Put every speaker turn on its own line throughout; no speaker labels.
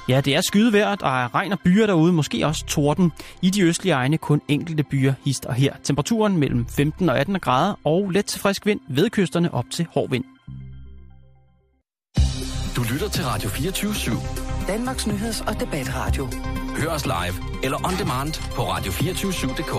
Ja, det er skydevejr, der er regn og byer derude, måske også torden. I de østlige egne kun enkelte byer hist og her. Temperaturen mellem 15 og 18 grader og let til frisk vind ved kysterne op til hård vind.
Du lytter til Radio 24/7.
Danmarks nyheds- og debatradio.
Hør os live eller on demand på radio247.dk.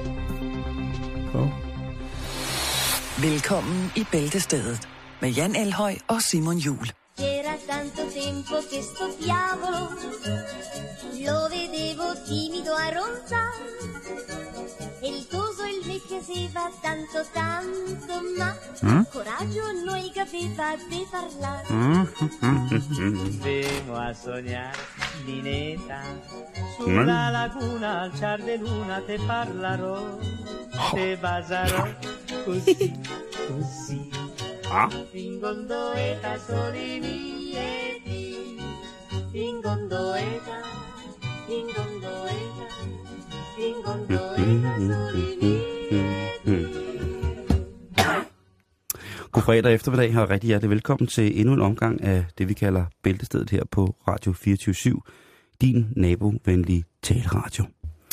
Velkommen i Bæltestedet med Jan Elhøj og Simon Juhl.
C'era tanto tempo che sto diavolo lo vedevo timido a ronzare e il coso il me piaceva tanto tanto ma coraggio noi capeva di parlare.
Vengo a sognare di neta sulla laguna al ciar de luna te parlerò te baciarò così così. In gondoletta soli mieti, in gondoletta, in gondoletta, in gondoletta soli mieti.
God fredag eftermiddag og rigtig hjertelig velkommen til endnu en omgang af det, vi kalder Bæltestedet her på Radio 24/7. Din nabovenlige taleradio.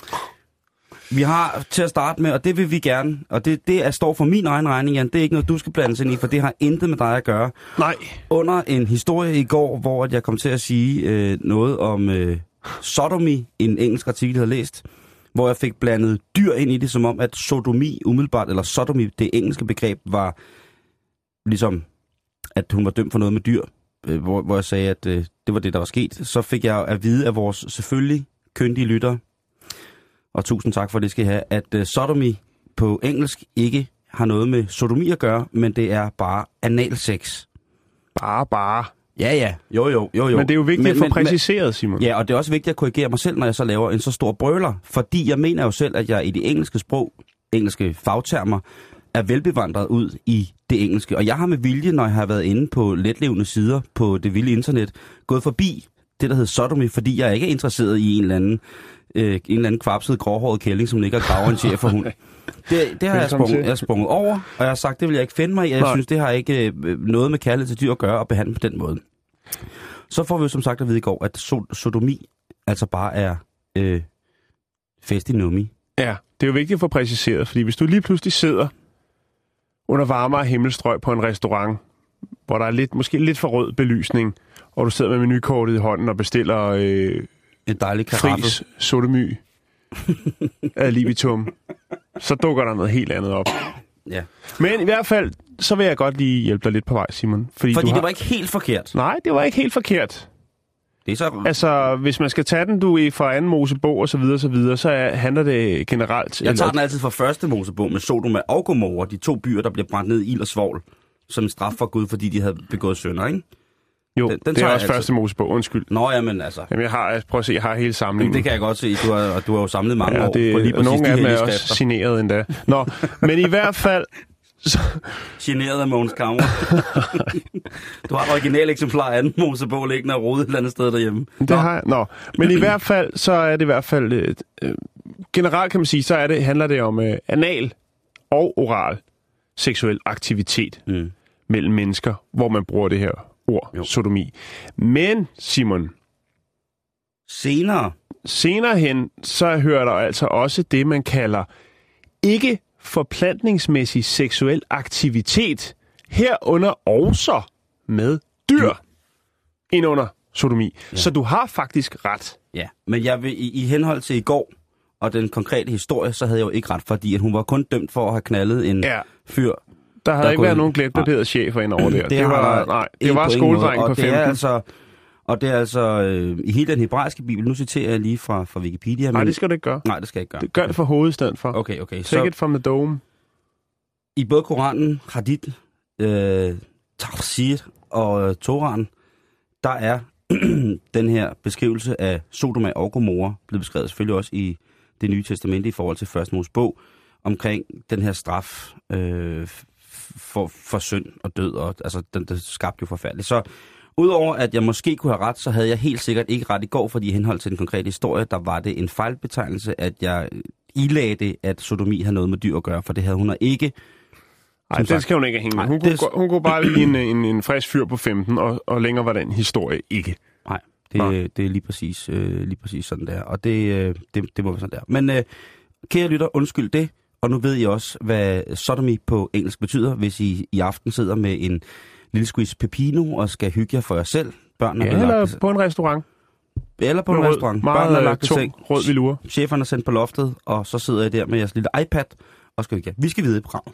Vi har til at starte med, og det vil vi gerne, og det står for min egen regning, Jan. Det er ikke noget, du skal blandes ind i, for det har intet med dig at gøre.
Nej.
Under en historie i går, hvor jeg kom til at sige noget om sodomy, en engelsk artikel, jeg havde læst, hvor jeg fik blandet dyr ind i det, som om at sodomi umiddelbart, eller sodomy, det engelske begreb, var ligesom, at hun var dømt for noget med dyr, hvor jeg sagde, at det var det, der var sket. Så fik jeg at vide af vores selvfølgelig kyndige lyttere, og tusind tak for det skal I have, at sodomy på engelsk ikke har noget med sodomi at gøre, men det er bare analsex.
Bare.
Ja. Jo.
Men det er jo vigtigt at få præciseret, Simon.
Ja, og det er også vigtigt at korrigere mig selv, når jeg så laver en så stor brøler. Fordi jeg mener jo selv, at jeg i det engelske sprog, engelske fagtermer, er velbevandret ud i det engelske. Og jeg har med vilje, når jeg har været inde på letlevende sider på det vilde internet, gået forbi det, der hedder sodomy, fordi jeg ikke er interesseret i en eller anden kvapset, gråhåret kælling, som ligger og graver en schæferhund. Det har jeg sprunget over, og jeg har sagt, det vil jeg ikke finde mig i. Jeg synes, det har ikke noget med kærlighed til dyr at gøre og behandle på den måde. Så får vi jo som sagt at vide i går, at sodomi altså bare er fest i nummi.
Ja, det er jo vigtigt at få præciseret, fordi hvis du lige pludselig sidder under varmere himmelstrøg på en restaurant, hvor der er måske lidt for rød belysning, og du sidder med menukortet i hånden og bestiller
en dejlig karaffel.
Fris sodomy ad libitum, så dukker der noget helt andet op.
Ja.
Men i hvert fald, så vil jeg godt lige hjælpe dig lidt på vej, Simon. Fordi
det var ikke helt forkert.
Nej, det var ikke helt forkert.
Det er så...
Altså, hvis man skal tage den, fra anden Mosebog og så videre, så handler det generelt...
Jeg tager den altid fra første Mosebog med Sodoma og Gomorra, de to byer, der bliver brændt ned i ild og svovl, som en straf for Gud, fordi de havde begået synder, ikke?
Jo, den det er også første Mosebog, undskyld.
Nå, jamen altså.
Jamen, jeg har hele samlingen.
Det kan jeg godt se, du har jo samlet mange år.
Og nogle af dem er også signeret endda. Nå, men i hvert fald...
Generet af Mogens Kammer. Du har et original eksemplar af den Mosebog liggende og rodet et eller andet sted derhjemme.
Det har jeg. Nå, men i hvert fald, så er det i hvert fald... generelt kan man sige, så handler det om anal og oral seksuel aktivitet mellem mennesker, hvor man bruger det her ord, sodomi. Men, Simon... Senere hen, så hører der altså også det, man kalder ikke forplantningsmæssig seksuel aktivitet, herunder også med dyr, ind under sodomi. Ja. Så du har faktisk ret.
Ja, men jeg vil i henhold til i går, og den konkrete historie, så havde jeg jo ikke ret, fordi at hun var kun dømt for at have knaldet en fyr.
Der havde ikke været nogen glemte chefer ind over der. Det var skoledrengen på 15.
Og det er altså i hele den hebraiske bibel, nu citerer jeg lige fra Wikipedia.
Nej, det skal du ikke gøre.
Nej, det skal jeg ikke gøre.
Det gør det for hovedet i stedet for.
Okay.
Take it from the dome.
I både Koranen, Hadith, Tafsir og Toran, der er den her beskrivelse af Sodoma og Gomorra blevet beskrevet selvfølgelig også i det nye testamente i forhold til første Mosebog, omkring den her straf for synd og død, og altså den skabte jo forfærdeligt. Så udover at jeg måske kunne have ret, så havde jeg helt sikkert ikke ret i går, fordi i henhold til den konkrete historie, der var det en fejlbetegnelse, at jeg ilagde det, at sodomi havde noget med dyr at gøre, for det havde hun ikke.
Nej, det skal hun ikke hænge med. Hun kunne bare lige en frisk fyr på 15, og længere var den historie ikke.
Nej, Det er lige præcis sådan der. Og det må være sådan der. Men kære lytter, undskyld det. Og nu ved I også, hvad sodomy på engelsk betyder, hvis I i aften sidder med en lille squeeze pepino og skal hygge jer for jer selv. Børnene
eller på en restaurant.
Eller på en restaurant.
Børnene er lagt i seng. Rød velure.
Cheferne er sendt på loftet, og så sidder jeg der med jeres lille iPad og skal hygge jer. Vi skal videre i programmet.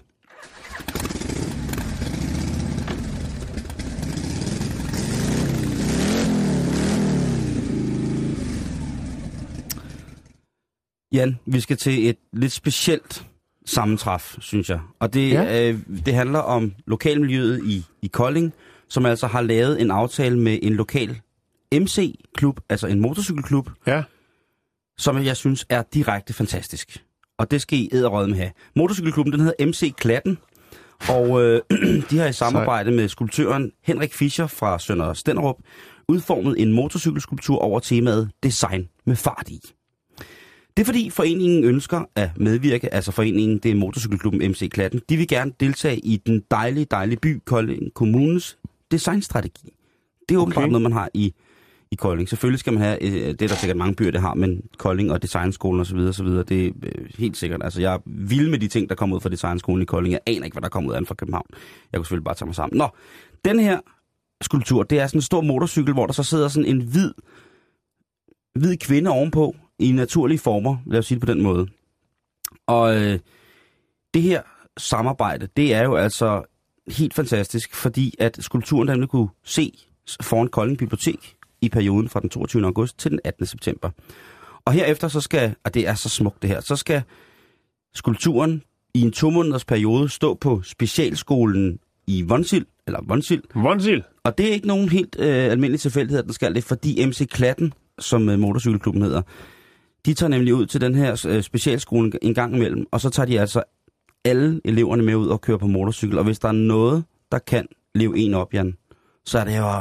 Jan, vi skal til et lidt specielt sammentræf, synes jeg. Og det handler om lokalmiljøet i Kolding, som altså har lavet en aftale med en lokal MC-klub, altså en motorcykelklub, som jeg synes er direkte fantastisk. Og det skal I edderrødme have. Motorcykelklubben, den hedder MC Klatten, og de har i samarbejde med skulptøren Henrik Fischer fra Sønder Stenderup udformet en motorcykelskulptur over temaet Design med fart i. Det er fordi foreningen ønsker at medvirke, altså foreningen, det er motorcykelklubben MC Klatten. De vil gerne deltage i den dejlige by Kolding Kommunes designstrategi. Det er åbenbart noget, man har i Kolding. Selvfølgelig skal man have, det er der sikkert mange byer, det har, men Kolding og designskolen osv., det er helt sikkert. Altså, jeg er vild med de ting, der kommer ud fra designskolen i Kolding. Jeg aner ikke, hvad der kommer ud af den fra København. Jeg kunne selvfølgelig bare tage mig sammen. Nå, den her skulptur, det er sådan en stor motorcykel, hvor der så sidder sådan en hvid kvinde ovenpå, i naturlige former, lad os sige det på den måde. Og det her samarbejde, det er jo altså helt fantastisk, fordi at skulpturen nemlig kunne se foran Kolding Bibliotek i perioden fra den 22. august til den 18. september. Og herefter så skal, og det er så smukt det her, så skal skulpturen i en 2 måneders periode stå på specialskolen i Vonsild. Og det er ikke nogen helt almindelig tilfældighed, at den skal det, fordi MC Klatten, som motorcykelklubben hedder, de tager nemlig ud til den her specialskole en gang imellem, og så tager de altså alle eleverne med ud og kører på motorcykel. Og hvis der er noget, der kan leve en op, Jan, så er det jo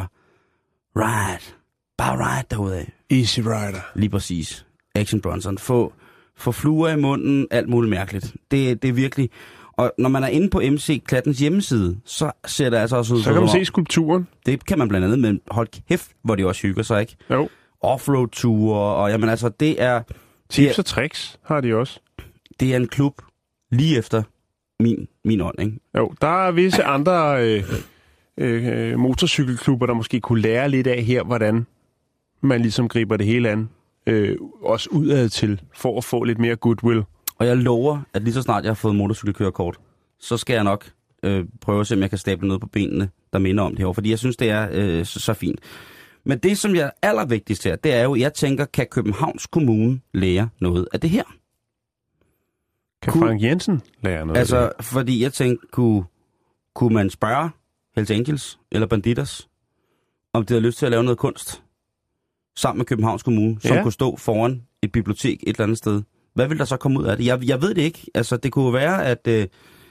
ride derudad.
Easy Rider.
Lige præcis. Action Bronson. Få fluer i munden, alt muligt mærkeligt. Det er virkelig... Og når man er inde på MC Klattens hjemmeside, så ser det altså også ud...
Så kan man se skulpturen.
Det kan man blandt andet, men hold kæft, hvor de også hygger sig, ikke?
Jo.
Offroad-ture, og jamen altså, det er...
Tips og tricks har de også.
Det er en klub lige efter min ånd, ikke?
Jo, der er visse andre motorcykelklubber, der måske kunne lære lidt af her, hvordan man ligesom griber det hele an. Også udad til, for at få lidt mere goodwill. Og
jeg lover, at lige så snart jeg har fået motorcykelkørekort, så skal jeg nok prøve at se, om jeg kan stable noget på benene, der minder om det her. Fordi jeg synes, det er så fint. Men det, som jeg er allervigtigst her, det er jo, jeg tænker, kan Københavns Kommune lære noget af det her?
Kan Frank Jensen lære noget af det her?
Fordi jeg tænkte, kunne man spørge Hells Angels eller Banditas, om de havde lyst til at lave noget kunst sammen med Københavns Kommune, som kunne stå foran et bibliotek et eller andet sted. Hvad vil der så komme ud af det? Jeg ved det ikke. Altså, det kunne være, at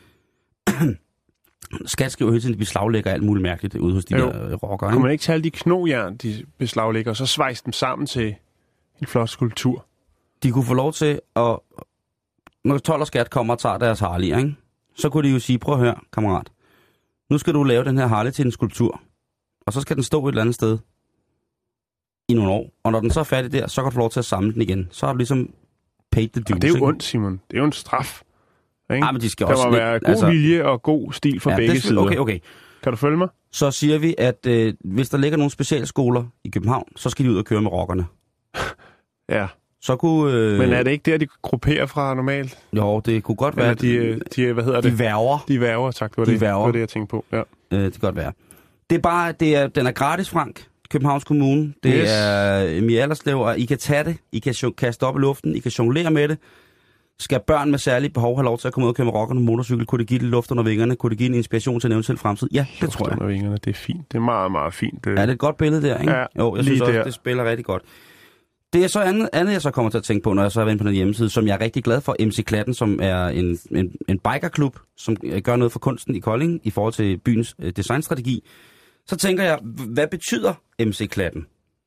Skat skriver hele tiden, at de beslaglægger alt muligt mærkeligt ude hos de der rockere.
Kunne man ikke tage alle de knogjern, de beslaglægger, og så svejse dem sammen til en flot skulptur?
De kunne få lov til at... Når 12 og Skat kommer og tager deres Harley, ikke? Så kunne de jo sige, prøv at høre, kammerat. Nu skal du lave den her Harley til en skulptur. Og så skal den stå et eller andet sted i nogle år. Og når den så er færdig der, så kan du få lov til at samle den igen. Så har du ligesom paid the dues.
Det er jo ondt, Simon. Det er jo en straf.
Ja, men de skal
der
også
må være god vilje og god stil fra begge sider.
Okay.
Kan du følge mig?
Så siger vi, at hvis der ligger nogle specialskoler i København, så skal de ud og køre med rockerne.
Ja.
Så kunne...
Men er det ikke der, de grupperer fra normalt?
Jo, det kunne godt være...
Eller hvad hedder det?
De værger.
De værger, tak. Det var det, jeg tænkte på. Ja.
Det kan godt være. Det er bare... den er gratis, Frank. Københavns Kommune. Det er Mia Allerslev, og I kan tage det. I kan kaste op i luften. I kan jonglere med det. Skal børn med særlige behov have lov til at komme ud og køre med rockerne på motorcykel? Kunne det give lidt luft under vingerne? Kunne det give en inspiration til en eventuel fremtid? Ja, det tror jeg.
Luft under vingerne, det er fint. Det er meget, meget fint.
Er det et godt billede der, ikke?
Ja,
jo, jeg synes også, det spiller rigtig godt. Det er så andet, jeg så kommer til at tænke på, når jeg så er inde på den hjemmeside, som jeg er rigtig glad for, MC Klatten, som er en bikerklub, som gør noget for kunsten i Kolding i forhold til byens designstrategi. Så tænker jeg, hvad betyder MC Klatten?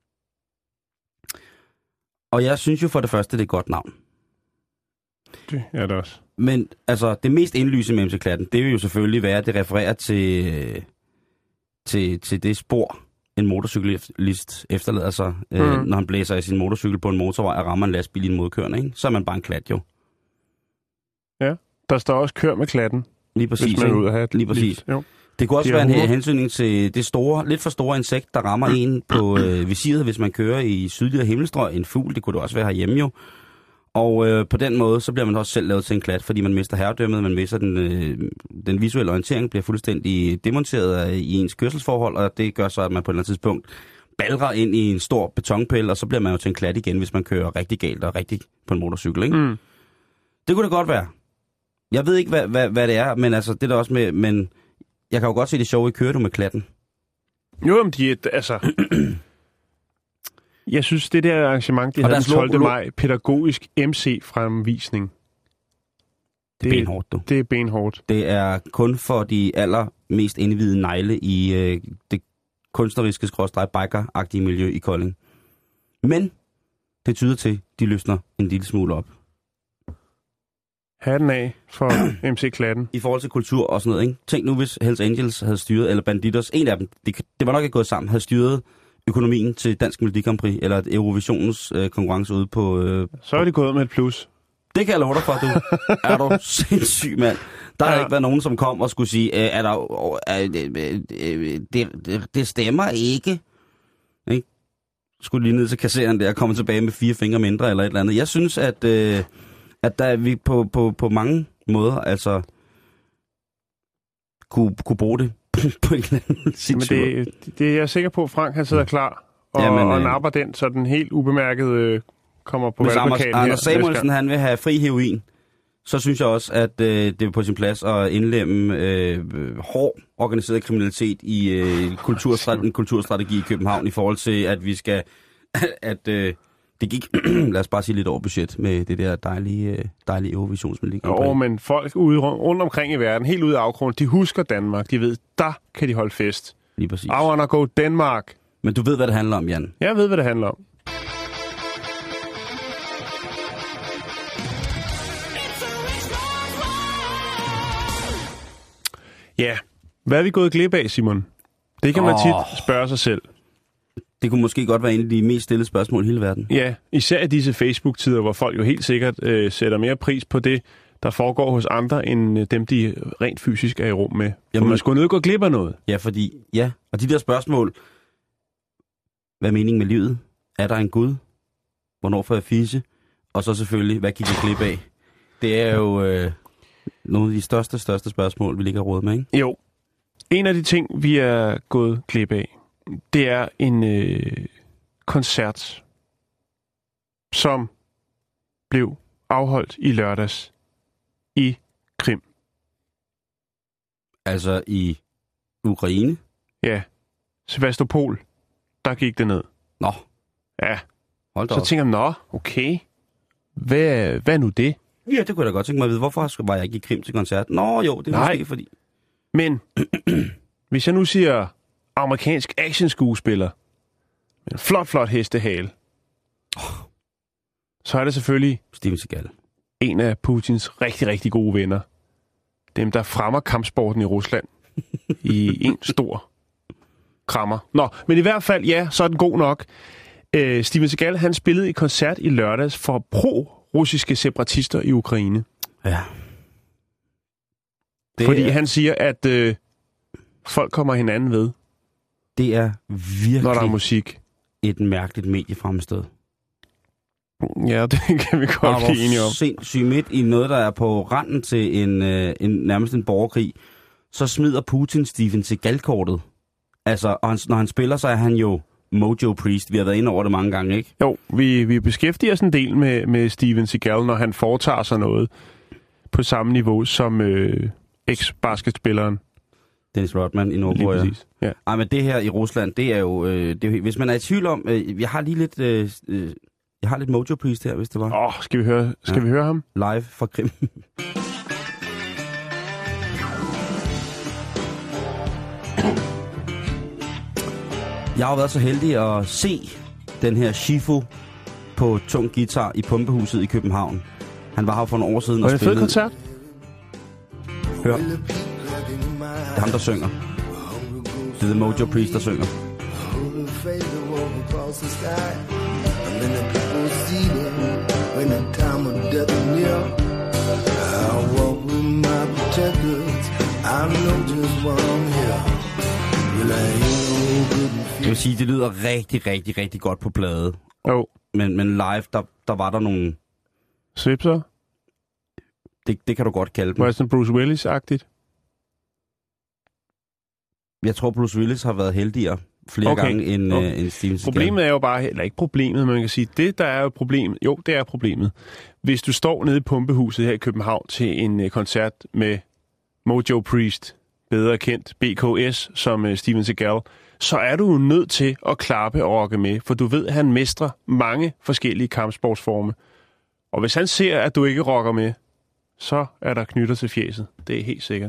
Og jeg synes jo for det første, det er et godt navn.
Det er det også.
Men altså, det mest indlysende med MC Klatten, det vil jo selvfølgelig være, at det refererer til det spor, en motorcyklist efterlader sig, når han blæser i sin motorcykel på en motorvej og rammer en lastbil i en modkørende, ikke? Så er man bare en klat, jo.
Ja, der står også kør med klatten.
Lige præcis.
Hvis man er ude at have
lige præcis.
Jo.
Det kunne også være en hensynning til det store, lidt for store insekt, der rammer en på visiret, hvis man kører i sydlige himmelstrøg. En fugl, det kunne det også være herhjemme jo. Og på den måde, så bliver man også selv lavet til en klat, fordi man mister herredømmet, man mister den visuelle orientering, bliver fuldstændig demonteret i ens kørselsforhold, og det gør så, at man på et eller andet tidspunkt balrer ind i en stor betonpæl, og så bliver man jo til en klat igen, hvis man kører rigtig galt og rigtig på en motorcykel, ikke? Mm. Det kunne det godt være. Jeg ved ikke, hvad det er, men altså, det er der også med, men jeg kan jo godt se det sjove i kører du med klatten.
Jo, men altså... Jeg synes, det der arrangement, de havde den 12. maj, pædagogisk MC-fremvisning.
Det er benhårdt, du.
Det er benhårdt.
Det er kun for de allermest indvidede negle i det kunstneriske biker-agtige miljø i Kolding. Men det tyder til, de løsner en lille smule op.
Hatten af for MC-klatten.
I forhold til kultur og sådan noget, ikke? Tænk nu, hvis Hells Angels havde styret, eller Bandidos, en af dem, det var nok ikke gået sammen, havde styret økonomien til Dansk Melodi Grand Prix, eller Eurovisionens konkurrence ude på...
Så er det gået med et plus.
Det kan jeg love dig for, du. Er du sindssyg, mand. Der har ikke været nogen, som kom og skulle sige, det stemmer ikke. Ikke? Skulle lige ned til kasseren der og komme tilbage med 4 fingre mindre eller et eller andet. Jeg synes, at der er vi på mange måder altså kunne bruge det på en eller anden situation.
Det er jeg sikker på, Frank han sidder klar og napper den, så den helt ubemærket kommer på valgplakaten her.
Anders Samuelsen han vil have fri heroin, så synes jeg også, at det er på sin plads at indlemme hård organiseret kriminalitet i en kulturstrategi i København i forhold til, at vi skal... det gik, lad os bare sige, lidt over budget med det der dejlige Eurovisionsmelodi.
Men folk ude rundt omkring i verden, helt ude af afgrunden, de husker Danmark. De ved, der kan de holde fest.
Lige præcis.
I wanna go Denmark.
Men du ved, hvad det handler om, Jan.
Jeg ved, hvad det handler om. Ja, hvad er vi gået glip af, Simon? Det kan man tit spørge sig selv.
Det kunne måske godt være en af de mest stillede spørgsmål i hele verden.
Ja, især i disse Facebook-tider, hvor folk jo helt sikkert sætter mere pris på det, der foregår hos andre, end dem, de rent fysisk er i rum med. Jamen, man skulle nødt gå glip af noget.
Ja, og de der spørgsmål, hvad er meningen med livet? Er der en Gud? Hvornår får jeg fisse? Og så selvfølgelig, hvad gik jeg glip af? Det er jo nogle af de største spørgsmål, vi ligger råd med, ikke?
Jo. En af de ting, vi er gået glip af, det er en koncert, som blev afholdt i lørdags i Krim.
Altså i Ukraine?
Ja. Sevastopol, der gik det ned.
Nå.
Ja.
Hold da
så
op.
tænker jeg, okay. Hvad er nu det?
Ja, det kunne jeg da godt tænke mig at vide. Hvorfor var jeg ikke i Krim til koncert? Nå jo, det er måske fordi...
Men hvis jeg nu siger amerikansk actionskuespiller med en flot hestehale, så er det selvfølgelig
Steven Seagal.
En af Putins rigtig gode venner. Dem, der fremmer kampsporten i Rusland i en stor krammer. Nå, men i hvert fald, ja, så er den god nok. Steven Seagal, han spillede i koncert i lørdags for pro-russiske separatister i Ukraine.
Ja.
Fordi han siger, at folk kommer hinanden ved.
Det er virkelig
når der er musik.
Et mærkeligt mediefremstød.
Ja, det kan vi godt blive enige om.
Sindssygt midt i noget, der er på randen til nærmest en borgerkrig, så smider Putin Steven Seagal-kortet. Altså, og når han spiller, så er han jo Mojo Priest. Vi har været inde over det mange gange, ikke?
Jo, vi beskæftiger os en del med Steven Seagal, når han foretager sig noget på samme niveau som eks-basketspilleren.
Dennis Rodman i Nordkorea.
Lige præcis, ja.
Ej, men det her i Rusland, det er jo... hvis man er i tvivl om... jeg har lige lidt... jeg har lidt Mojo Priest her, hvis det var.
Skal vi høre ham?
Live fra Krim. Jeg har jo været så heldig at se den her Shifu på tung guitar i Pumpehuset i København. Han var her for nogle år siden
og spillede... Var det en fed koncert?
Hør. Det er ham, der synger. Det er The Mojo Priest, der synger.
face to walk across the sky. And many people see them when the time of death is near. I walk with my protectors. I know just why I'm here. Will I ain't no good and
Jeg vil sige, det lyder rigtig, rigtig, rigtig godt på plade.
Jo.
Men live, der var der nogle...
Svipser?
Det kan du godt kalde dem.
Var det sådan Bruce Willis-agtigt?
Jeg tror, Bruce Willis har været heldigere flere gange end Steven Seagal.
Problemet er jo bare... Eller ikke problemet, men man kan sige, det der er jo problemet... Jo, det er problemet. Hvis du står nede i Pumpehuset her i København til en koncert med Mojo Priest, bedre kendt BKS som Steven Seagal, så er du nødt til at klappe og rocke med, for du ved, at han mestrer mange forskellige kampsportsformer. Og hvis han ser, at du ikke rocker med, så er der knytter til fjeset. Det er helt sikkert.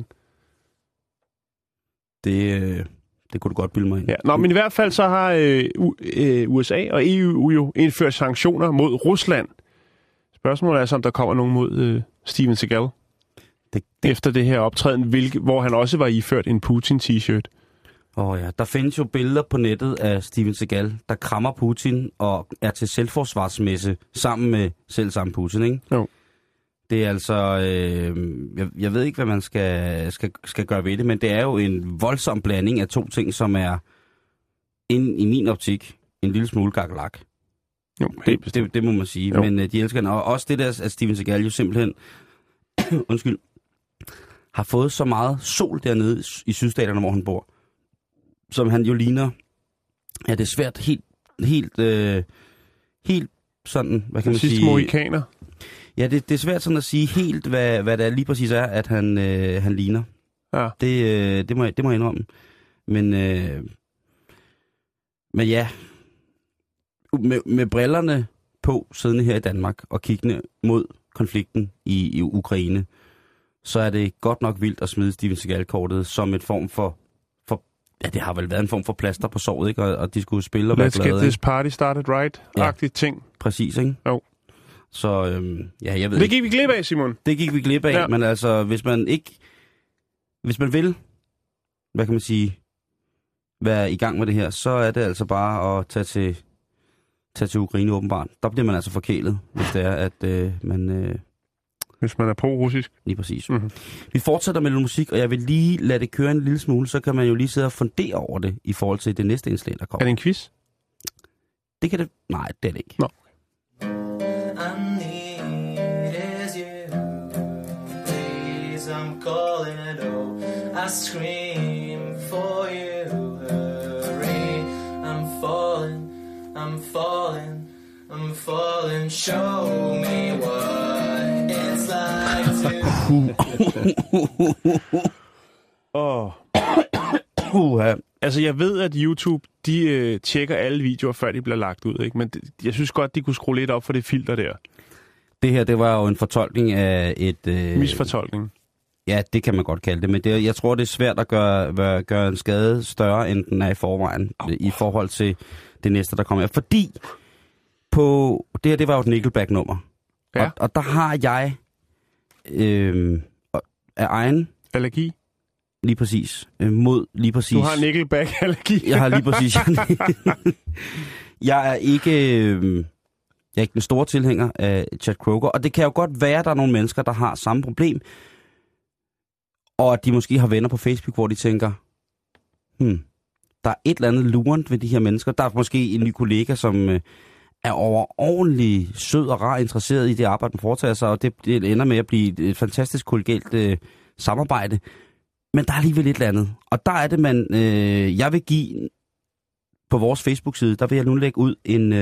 Det kunne du godt bilde mig ind.
Ja. Nå, men i hvert fald så har USA og EU jo indført sanktioner mod Rusland. Spørgsmålet er så, om der kommer nogen mod Steven Seagal. Efter det her optræden, hvor han også var iført en Putin-t-shirt.
Ja, der findes jo billeder på nettet af Steven Seagal, der krammer Putin og er til selvforsvarsmesse sammen med selv samme Putin, ikke?
Jo.
Det er altså... jeg ved ikke, hvad man skal gøre ved det, men det er jo en voldsom blanding af to ting, som er i min optik en lille smule gakkelak.
Jo,
det må man sige.
Jo.
Men de elsker den. Og også det der, at Steven Seagal jo simpelthen... undskyld. Har fået så meget sol dernede i sydstaterne, hvor han bor. Som han jo ligner... Ja, det er svært helt sådan... Hvad kan man sige?
Sidste mohikaner.
Ja, det er svært sådan at sige helt, hvad det lige præcis er, at han ligner.
Ja.
Det må jeg indrømme. Men ja, med brillerne på, siddende her i Danmark, og kiggende mod konflikten i Ukraine, så er det godt nok vildt at smide Steven Seagal-kortet som et form for ja, det har vel været en form for plaster på såret, ikke? Og de skulle spille og være glade.
Let's get this party started right-agtigt ting.
Præcis, ikke?
Jo.
Så ja, jeg ved
det gik vi glip af, Simon.
Det gik vi glip af, ja. Men altså, hvis man vil, hvad kan man sige, være i gang med det her, så er det altså bare at tage til Ukraine åbenbart. Der bliver man altså forkælet, hvis det er, at man...
Hvis man er pro-russisk.
Lige præcis. Mm-hmm. Vi fortsætter med lidt musik, og jeg vil lige lade det køre en lille smule, så kan man jo lige sidde og fundere over det i forhold til det næste indslag, der kommer.
Er det en quiz?
Det kan det... Nej, det er det ikke.
Nå.
I scream for you, hurry, I'm falling, show me what it's like to...
Altså, jeg ved, at YouTube, de tjekker alle videoer, før de bliver lagt ud, ikke? Men jeg synes godt, de kunne skrue lidt op for det filter der.
Det her, det var jo en fortolkning af et...
Misfortolkning.
Ja, det kan man godt kalde det, men jeg tror, det er svært at gøre en skade større, end den er i forvejen, i forhold til det næste, der kommer. Fordi det her, det var jo et Nickelback-nummer.
Ja.
Og der har jeg af egen...
Allergi?
Lige præcis. Mod lige præcis...
Du har Nickelback-allergi?
Jeg har lige præcis... Jeg er ikke den store tilhænger af Chad Kroeger, og det kan jo godt være, at der er nogle mennesker, der har samme problem, og at de måske har venner på Facebook, hvor de tænker, der er et eller andet lurent ved de her mennesker. Der er måske en ny kollega, som er overordentlig sød og rar interesseret i det arbejde, man foretager sig, og det ender med at blive et fantastisk kollegialt samarbejde. Men der er alligevel et eller andet. Og der er det, jeg vil give på vores Facebook-side, der vil jeg nu lægge ud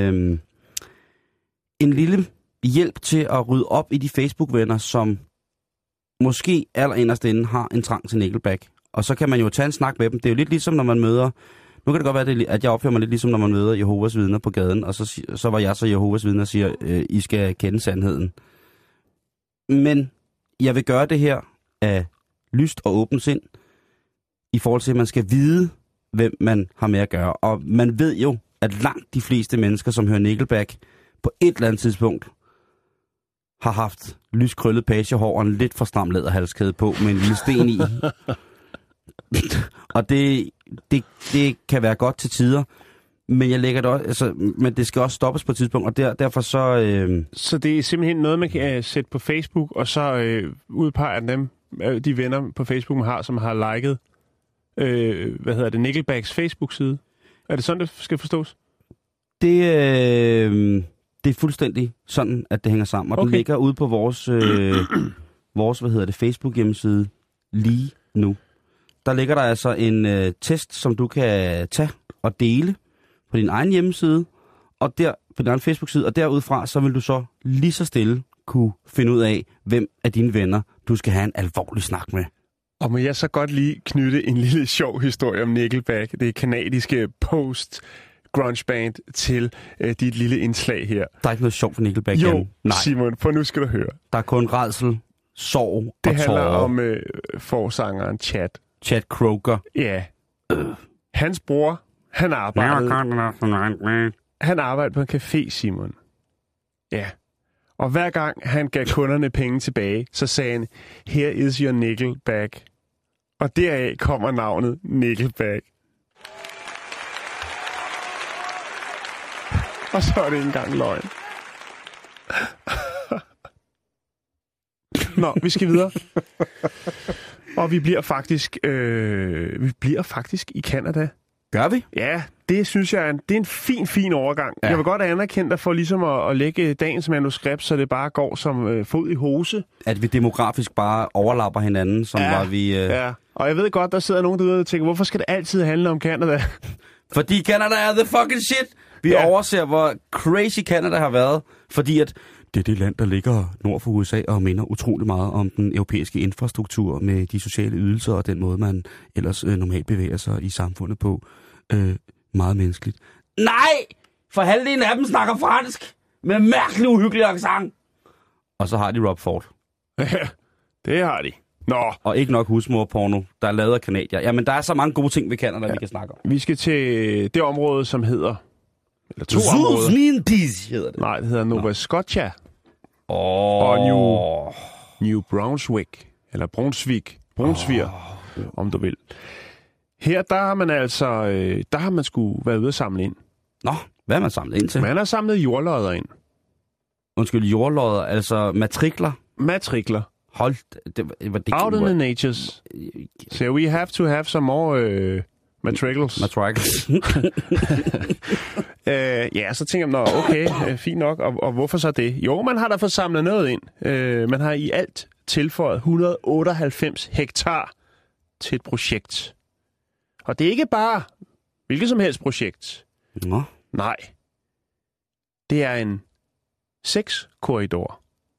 en lille hjælp til at rydde op i de Facebook-venner, som måske allerinderst inde har en trang til Nickelback. Og så kan man jo tage en snak med dem. Det er jo lidt ligesom, når man møder... Nu kan det godt være, at jeg opfører mig lidt ligesom, når man møder Jehovas vidner på gaden, og så var jeg så Jehovas vidner og siger, I skal kende sandheden. Men jeg vil gøre det her af lyst og åbent sind, i forhold til, at man skal vide, hvem man har med at gøre. Og man ved jo, at langt de fleste mennesker, som hører Nickelback, på et eller andet tidspunkt, har haft lyskrøllet pagehår og en lidt for stram læderhalskæde på med en lille sten i. Og det kan være godt til tider, Men jeg lægger det også, altså, men det skal også stoppes på et tidspunkt, og derfor så...
Så det er simpelthen noget, man kan sætte på Facebook, og så udpeger dem, de venner på Facebook, man har, som har liket, Nickelbacks Facebook-side. Er det sådan, det skal forstås?
Det er fuldstændig sådan, at det hænger sammen, og den ligger ude på vores Facebook-hjemmeside lige nu. Der ligger der altså en test, som du kan tage og dele på din egen hjemmeside, og der på din egen Facebook-side, og derudfra, så vil du så lige så stille kunne finde ud af, hvem af dine venner, du skal have en alvorlig snak med.
Og må jeg så godt lige knytte en lille sjov historie om Nickelback, det kanadiske post-grunge-band, til dit lille indslag her.
Der er ikke noget sjovt for Nickelback.
Jo, nej. Simon, for nu skal du høre.
Der er kun rædsel, sorg og tårer.
Det handler om forsangeren Chad
Kroeger.
Ja. Hans bror, han arbejdede på en café, Simon. Ja. Og hver gang han gav kunderne penge tilbage, så sagde han, here is your Nickelback. Og deraf kommer navnet Nickelback. Og så er det ikke engang løgn. Nå, vi skal videre. Og vi bliver faktisk i Canada.
Gør vi?
Ja, det synes jeg det er en fin overgang. Ja. Jeg vil godt anerkende dig for ligesom at lægge dagens manuskript, så det bare går som fod i hose.
At vi demografisk bare overlapper hinanden, som var vi...
Ja, og jeg ved godt, der sidder nogen derude og tænker, hvorfor skal det altid handle om Canada?
Fordi Canada er the fucking shit! Vi overser, hvor crazy Canada har været, fordi at det er det land, der ligger nord for USA og minder utrolig meget om den europæiske infrastruktur med de sociale ydelser og den måde, man ellers normalt bevæger sig i samfundet på. Meget menneskeligt. Nej! For halvdelen af dem snakker fransk med mærkelig uhyggelig accent. Og så har de Rob Ford.
Ja, det har de. Nå.
Og ikke nok husmorporno, der er lavet af Canadier. Jamen, der er så mange gode ting ved Canada, vi kan snakke om.
Vi skal til det område, som hedder... Eller to områder.
Hedder det.
Nej, det hedder Nova Scotia. Og New Brunswick. Eller Brunswick. Om du vil. Her, der har man sgu været ude at samle ind.
Nå, hvad har man samlet ind til?
Man har samlet jordlodder ind.
Undskyld, jordlodder, altså matrikler?
Matrikler.
Hold, det
out in the natures. So we have to have some more matricles. Ja, så tænker jeg, okay, fint nok, og hvorfor så det? Jo, man har da fået samlet noget ind. Man har i alt tilføjet 198 hektar til et projekt. Og det er ikke bare hvilket som helst projekt.
Nå.
Nej. Det er en 6-korridor.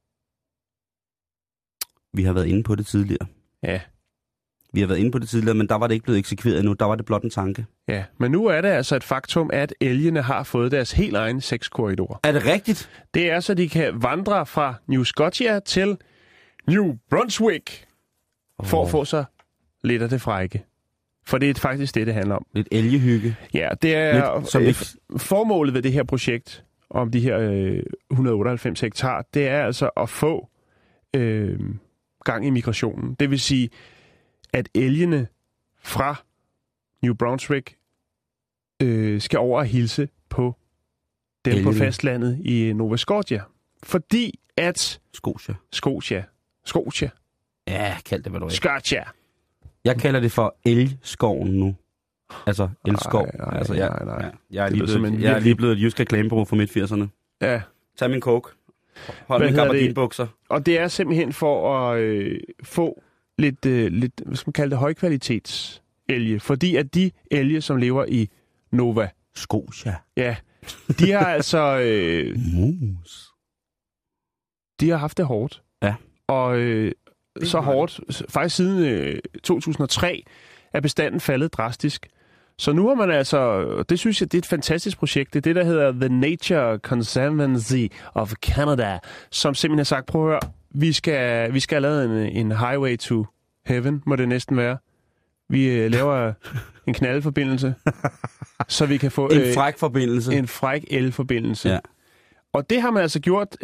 Vi har været inde på det tidligere.
Ja.
Vi har været inde på det tidligere, men der var det ikke blevet eksekveret endnu. Der var det blot en tanke.
Ja, men nu er det altså et faktum, at elgene har fået deres helt egen 6-korridor.
Er det rigtigt?
Det er så, de kan vandre fra New Scotia til New Brunswick for at få sig lidt af det frække. For det er faktisk det handler om.
Lidt elgehygge.
Ja, det er formålet ved det her projekt om de her 198 hektar, det er altså at få gang i migrationen. Det vil sige, at elgene fra New Brunswick skal over og hilse på dem på fastlandet i Nova Scotia. Fordi at... Scotia.
Ja, kald det, hvad du vil.
Scotia.
Jeg kalder det for elskoven nu. Altså elskov.
Nej.
Jeg er lige blevet et jysk reklamebureau fra midt-80'erne.
Ja.
Tag min coke. Hold min gabardinbukser.
Og det er simpelthen for at få lidt, hvad skal man kalde det, højkvalitets elge. Fordi at de elge, som lever i Nova
Scotia,
ja, de har altså... de har haft det hårdt.
Ja.
Og så hårdt, faktisk siden 2003, er bestanden faldet drastisk. Så nu har man altså, det synes jeg, det er et fantastisk projekt. Det er det, der hedder The Nature Conservancy of Canada, som simpelthen har sagt, prøv at høre, vi skal have lavet en highway to heaven, må det næsten være. Vi laver en knaldeforbindelse, så vi kan få...
en fræk forbindelse.
En fræk elforbindelse.
Ja.
Og det har man altså gjort...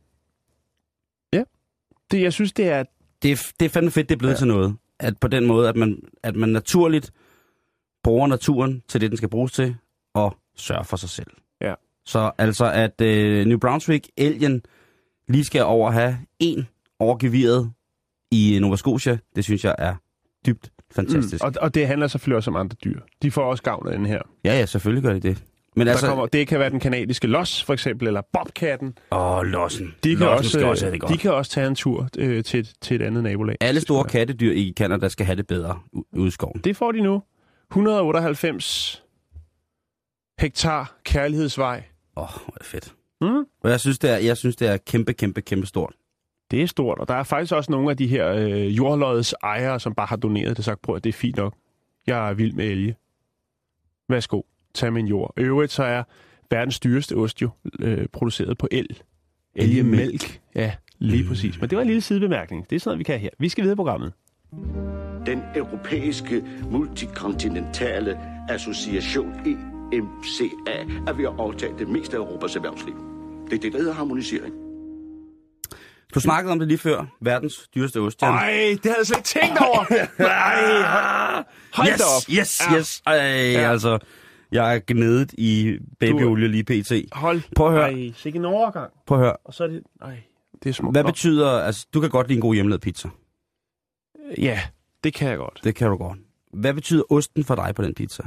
Det, jeg synes, det er...
Det er fandme fedt, det er blevet til noget. At på den måde, at man naturligt bruger naturen til det, den skal bruges til, og sørge for sig selv.
Ja.
Så altså, at New Brunswick, elgen, lige skal over at have 1 overgeviret i Nova Scotia, det synes jeg er dybt fantastisk.
Og det handler selvfølgelig også om andre dyr. De får også gavn af den her.
Ja, selvfølgelig gør de det. Men altså,
det kan være den kanadiske los, for eksempel, eller bobkatten.
Lossen.
De kan også tage en tur til et andet nabolag.
Alle store kattedyr i Canada skal have det bedre ude i skoven.
Det får de nu. 198 hektar kærlighedsvej.
Hvor er det fedt. Og jeg synes, det er kæmpe stort.
Det er stort, og der er faktisk også nogle af de her jordloddets ejere, som bare har doneret det, sagt, prøv at det er fint nok. Jeg er vild med elge. Værsgo, tag min jord. Øvrigt så er verdens dyreste ost jo produceret på elgemælk. Ja, lige præcis. Men det var en lille sidebemærkning. Det er sådan noget, vi kan her. Vi skal videre i programmet.
Den europæiske multikontinentale association EMCA er ved at overtage det meste af Europas erhvervsliv. Det er det, der hedder harmonisering.
Du snakkede om det lige før. Verdens dyreste ost.
Nej, det havde jeg slet ikke tænkt over. Hold da op.
Yes. Altså, jeg er gnedet i babyolie lige pt.
Prøv at høre. Sikke en overgang.
Prøv at høre.
Og så er det... det er smukt.
Hvad betyder... Altså, du kan godt lide en god hjemmelavet pizza.
Ja, det kan jeg godt.
Det kan du godt. Hvad betyder osten for dig på den pizza?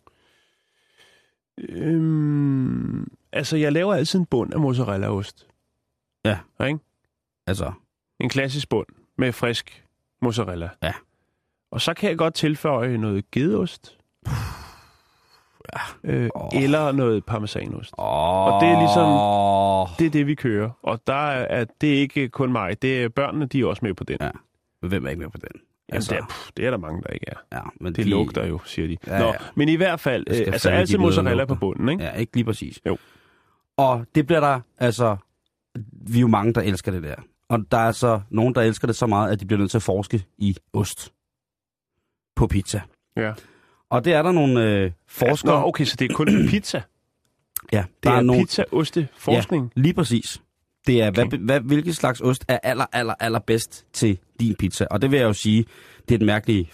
Altså, jeg laver altid en bund af mozzarellaost.
Ja.
Ikke?
Altså...
En klassisk bund med frisk mozzarella.
Ja.
Og så kan jeg godt tilføje noget gedeost. Eller noget parmesanost. Og det er ligesom... Det er det, vi kører. Og der er det ikke kun mig. Det er børnene, de er også med på den.
Ja. Hvem er ikke med på den?
Altså, det er der mange, der ikke er.
Ja, men
det lugter jo, siger de.
Ja, ja.
Men i hvert fald, altså altid mozzarella på bunden, ikke?
Ja, ikke lige præcis.
Jo.
Og det bliver der, altså... Vi er jo mange, der elsker det der. Og der er så nogen, der elsker det så meget, at de bliver nødt til at forske i ost på pizza.
Ja.
Og det er der nogle forskere...
Okay, så det er kun pizza?
Ja.
Det er pizza-oste-forskning?
Ja, lige præcis. Det er, okay. Hvilket slags ost er aller bedst til din pizza. Og det vil jeg jo sige, det er en mærkelig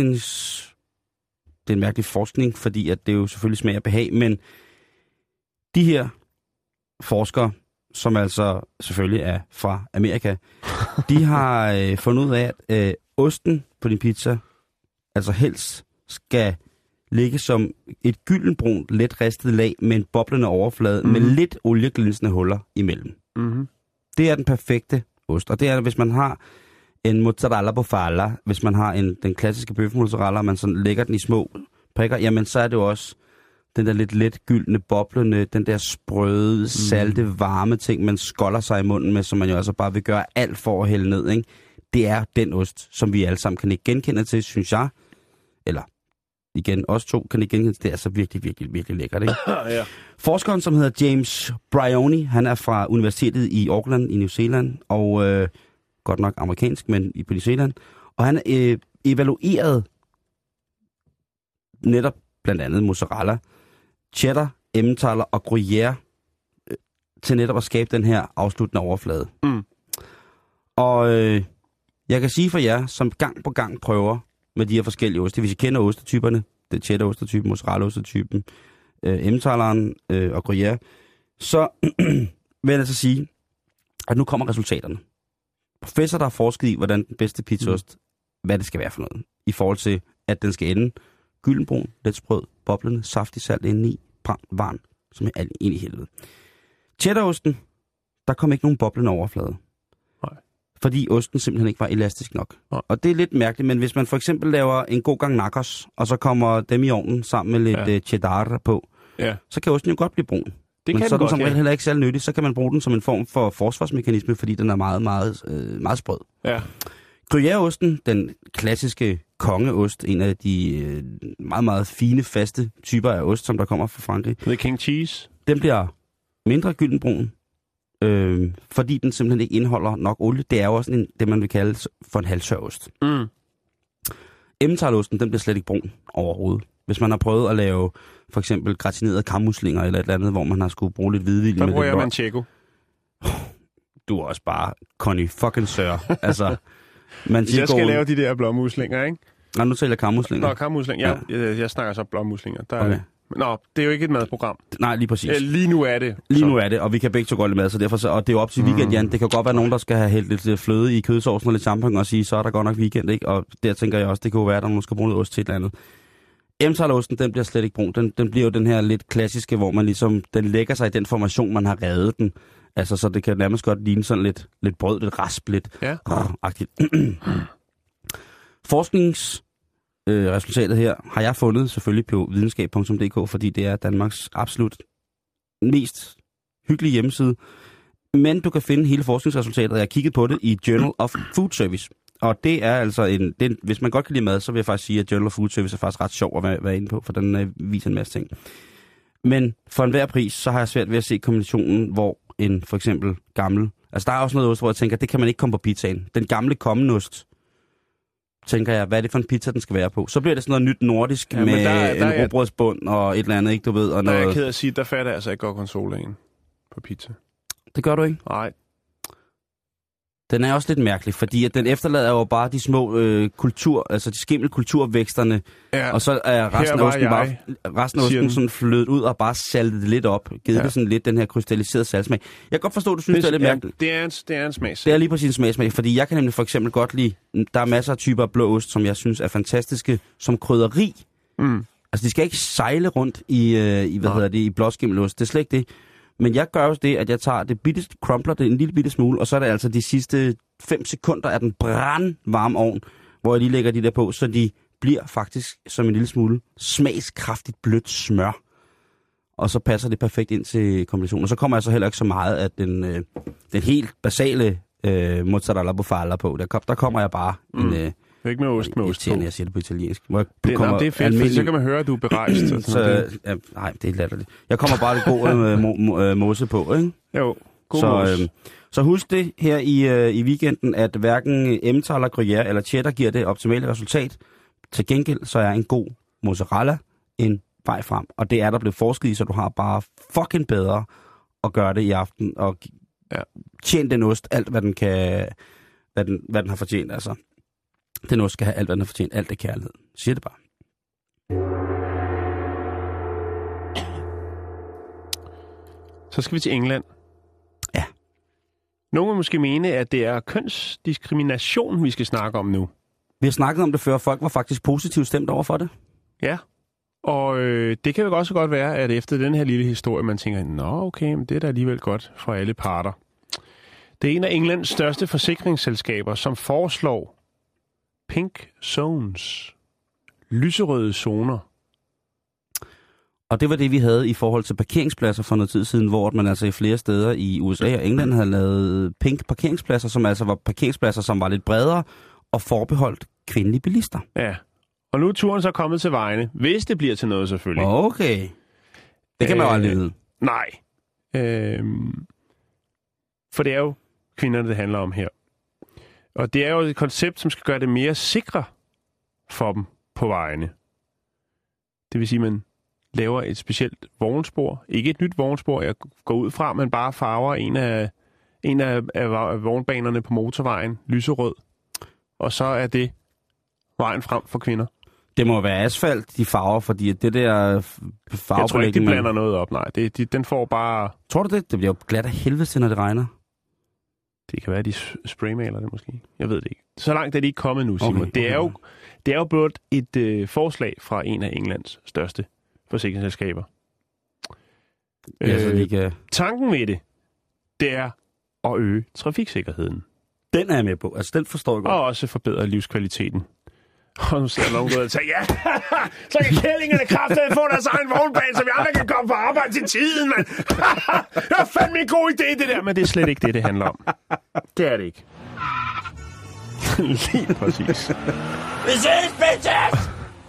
forskning, fordi at det jo selvfølgelig smager behag, men de her forskere, som altså selvfølgelig er fra Amerika, de har fundet ud af, at osten på din pizza altså helst skal ligge som et gyldenbrunt, let ristet lag med en boblende overflade med lidt olieglinsende huller imellem.
Mm-hmm.
Det er den perfekte ost, og det er, hvis man har en mozzarella bufala, hvis man har den klassiske bøfmozzarella, og man sådan lægger den i små prikker, jamen så er det jo også den der lidt let gyldne, boblende, den der sprøde, salte, varme ting, man skolder sig i munden med, som man jo altså bare vil gøre alt for at hælde ned, ikke? Det er den ost, som vi alle sammen kan ikke genkende til, synes jeg. Eller igen, os to kan ikke genkende til. Det er så virkelig lækkert, ikke?
Ja.
Forskeren, som hedder James Bryony, han er fra Universitetet i Auckland i New Zealand, og godt nok amerikansk, men på New Zealand. Og han evaluerede netop blandt andet mozzarella, cheddar, emmentaler og gruyère til netop at skabe den her afsluttende overflade.
Mm.
Og jeg kan sige for jer, som gang på gang prøver med de her forskellige oste, hvis I kender ostetyperne, det er cheddar-ostetypen, mozzarella-ostetypen, emmentaleren og gruyère, så vil jeg altså sige, at nu kommer resultaterne. Professor, der har forsket i, hvordan den bedste pizzaost, hvad det skal være for noget, i forhold til, at den skal ende gyldenbrun, let sprød, boblende, saftig salt indeni, brændt, varm, som er alt ind i helvede. Cheddarosten, der kom ikke nogen boblende overflade.
Nej.
Fordi osten simpelthen ikke var elastisk nok.
Nej.
Og det er lidt mærkeligt, men hvis man for eksempel laver en god gang nachos, og så kommer dem i ovnen sammen med lidt cheddar på, så kan osten jo godt blive brun.
Det
men
kan
så er den
godt,
som heller ikke særlig nyttig, så kan man bruge den som en form for forsvarsmekanisme, fordi den er meget sprød.
Ja.
Gruyère-osten, den klassiske kongeost, en af de meget fine, faste typer af ost, som der kommer fra Frankrig.
The King Cheese.
Den bliver mindre gyldenbrun, fordi den simpelthen ikke indeholder nok olie. Det er jo også det, man vil kalde for en halvtørost.
Mm.
Emmentallosten, den bliver slet ikke brun overhovedet. Hvis man har prøvet at lave for eksempel gratinerede kammuslinger eller et eller andet, hvor man har skulle bruge lidt hvidvin med det.
Så bruger jeg manchego.
Du er også bare Connie fucking sør. Altså,
hvis jeg skal lave de der blåmuslinger, ikke?
Nej, nu taler jeg kammuslinger.
Nå, kammuslinger. Jeg snakker så blåmuslinger. Der er Nå, det er jo ikke et madprogram.
Nej, lige præcis.
Lige nu er det.
Lige nu er det, og vi kan begge to godt lide mad, så derfor og det er jo op til weekend, Jan. Det kan godt være nogen, der skal have hældt lidt fløde i kødsovsen og lidt champagne og sige, så er der godt nok weekend, ikke? Og der tænker jeg også, det kan jo være, at der nogen skal bruge noget ost til et eller andet. Emmentaler-osten, den bliver slet ikke brun. Den bliver jo den her lidt klassiske, hvor man ligesom, den lægger sig i den formation, man har revet den. Altså, så det kan nærmest godt ligne sådan lidt brød, lidt rasp, lidt agtigt. Forskningsresultatet her har jeg fundet selvfølgelig på videnskab.dk, fordi det er Danmarks absolut mest hyggelige hjemmeside. Men du kan finde hele forskningsresultatet, jeg har kigget på det i Journal of Food Service. Og det er altså hvis man godt kan lide mad, så vil jeg faktisk sige, at Journal of Food Service er faktisk ret sjov at være inde på, for den viser en masse ting. Men for enhver pris, så har jeg svært ved at se kombinationen, hvor en for eksempel gammel... Altså der er også noget ost, hvor jeg tænker, det kan man ikke komme på pizzaen. Den gamle kommenost, tænker jeg, hvad er det for en pizza, den skal være på? Så bliver det sådan noget nyt nordisk med en rugbrødsbund og et eller andet, ikke du ved. Og noget...
Der er jeg ked at sige, der fatter jeg altså ikke godt konsolaen på pizza.
Det gør du ikke?
Nej.
Den er også lidt mærkelig, fordi at den efterlader jo bare de små de skimmelkulturvæksterne, og så er resten af osten sådan flødet ud og bare saltet det lidt op, givet det sådan lidt den her krystalliserede salgsmag. Jeg kan godt forstå, at du synes, det er lidt mærkeligt.
Det er en smagsmag.
Det er lige præcis en smagsmag, fordi jeg kan nemlig for eksempel godt lide, der er masser af typer af blå ost, som jeg synes er fantastiske som krydderi. Altså de skal ikke sejle rundt i blåskimmelost, det er slet ikke det. Men jeg gør jo det, at jeg tager det bitteste, crumpler det en lille bitte smule, og så er det altså de sidste 5 sekunder af den brandvarme ovn, hvor jeg lige lægger de der på, så de bliver faktisk som en lille smule smagskraftigt blødt smør. Og så passer det perfekt ind til kombinationen. Og så kommer jeg så heller ikke så meget af den helt basale mozzarella bufala på. Der kommer jeg bare en...
Ikke med ost på.
Jeg siger det på italiensk.
Det er fedt, for så kan man høre, at du er berejst.
Nej, det er latterligt. Jeg kommer bare lidt god mose på, ikke?
Jo, god mose.
Så husk det her i weekenden, at hverken emmentaler, gruyère eller cheddar giver det optimale resultat. Til gengæld så er en god mozzarella en vej frem. Og det er der blevet forsket i, så du har bare fucking bedre at gøre det i aften. Og tjene den ost alt, hvad den kan, hvad den har fortjent, altså. Den ost skal have alt, hvad den har fortjent. Alt er kærlighed. Siger det bare.
Så skal vi til England.
Ja.
Nogen vil måske mene, at det er kønsdiskrimination, vi skal snakke om nu.
Vi har snakket om det før. Folk var faktisk positivt stemt over for det.
Ja. Og det kan jo også godt være, at efter den her lille historie, man tænker, nå okay, men det er da alligevel godt for alle parter. Det er en af Englands største forsikringsselskaber, som foreslår Pink Zones. Lyserøde zoner.
Og det var det, vi havde i forhold til parkeringspladser for noget tid siden, hvor man altså i flere steder i USA og England havde lavet pink parkeringspladser, som altså var parkeringspladser, som var lidt bredere og forbeholdt kvindelige bilister.
Ja, og nu er turen så kommet til vejene, hvis det bliver til noget selvfølgelig.
Okay. Det kan man jo aldrig vide.
Nej. For det er jo kvinderne, det handler om her. Og det er jo et koncept, som skal gøre det mere sikre for dem på vejene. Det vil sige, at man laver et specielt vognspor. Ikke et nyt vognspor, jeg går ud fra, men bare farver en af vognbanerne på motorvejen lyserød. Og så er det vejen frem for kvinder.
Det må være asfalt, de farver, fordi det der farvebelægning...
Jeg tror ikke, de blander noget op, nej. Den får bare...
Tror du det? Det bliver jo glat af helvede til, når det regner.
Det kan være, de spraymaler det måske. Jeg ved det ikke. Så langt er de ikke kommet nu, Simon. Okay. Det er jo blot et forslag fra en af Englands største forsikringsselskaber. Tanken med det er at øge trafiksikkerheden.
Den er jeg med på. Altså, den forstår jeg godt.
Og også forbedre livskvaliteten. Og nu ser nogen ud og sige, ja, så kan kællingerne kraftedeme få deres egen vognbane, så vi andre kan komme på arbejde til tiden, mand. Det var fandme en god idé, det der, men det er slet ikke det handler om. Det er det ikke. Lige præcis.
Vi ses, bitches!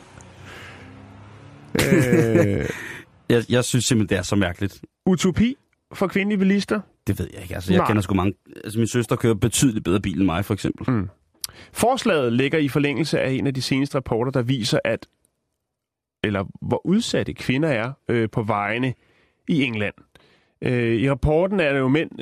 Jeg synes simpelthen, det er så mærkeligt.
Utopi for kvindelige bilister?
Det ved jeg ikke. Altså, jeg kender sgu mange... Altså, min søster kører betydeligt bedre bil end mig, for eksempel.
Forslaget ligger i forlængelse af en af de seneste rapporter, der viser, hvor udsatte kvinder er på vejene i England. I rapporten er det jo mænd...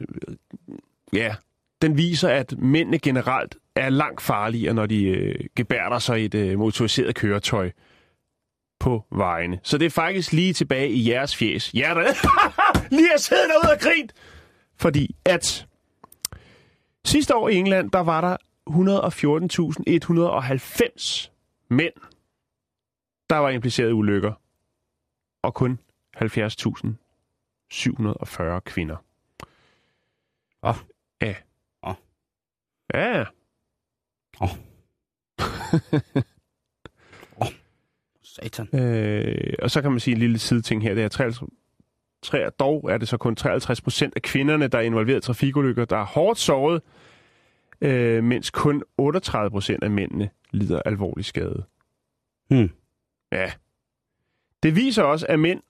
den viser, at mændene generelt er langt farligere, når de gebærder sig i et motoriseret køretøj. på vejene. Så det er faktisk lige tilbage i jeres fjes. Jer der lige at sidde derude og grint. Fordi at sidste år i England, der var der 114.190 mænd, der var impliceret i ulykker. Og kun 70.740 kvinder. Ja. Ja.
Satan.
Og så kan man sige en lille sideting her. Det er dog er det så kun 53% af kvinderne, der er involveret i trafikulykker, der er hårdt såret, mens kun 38% af mændene lider alvorlig skade. Ja. Det viser også, at mænd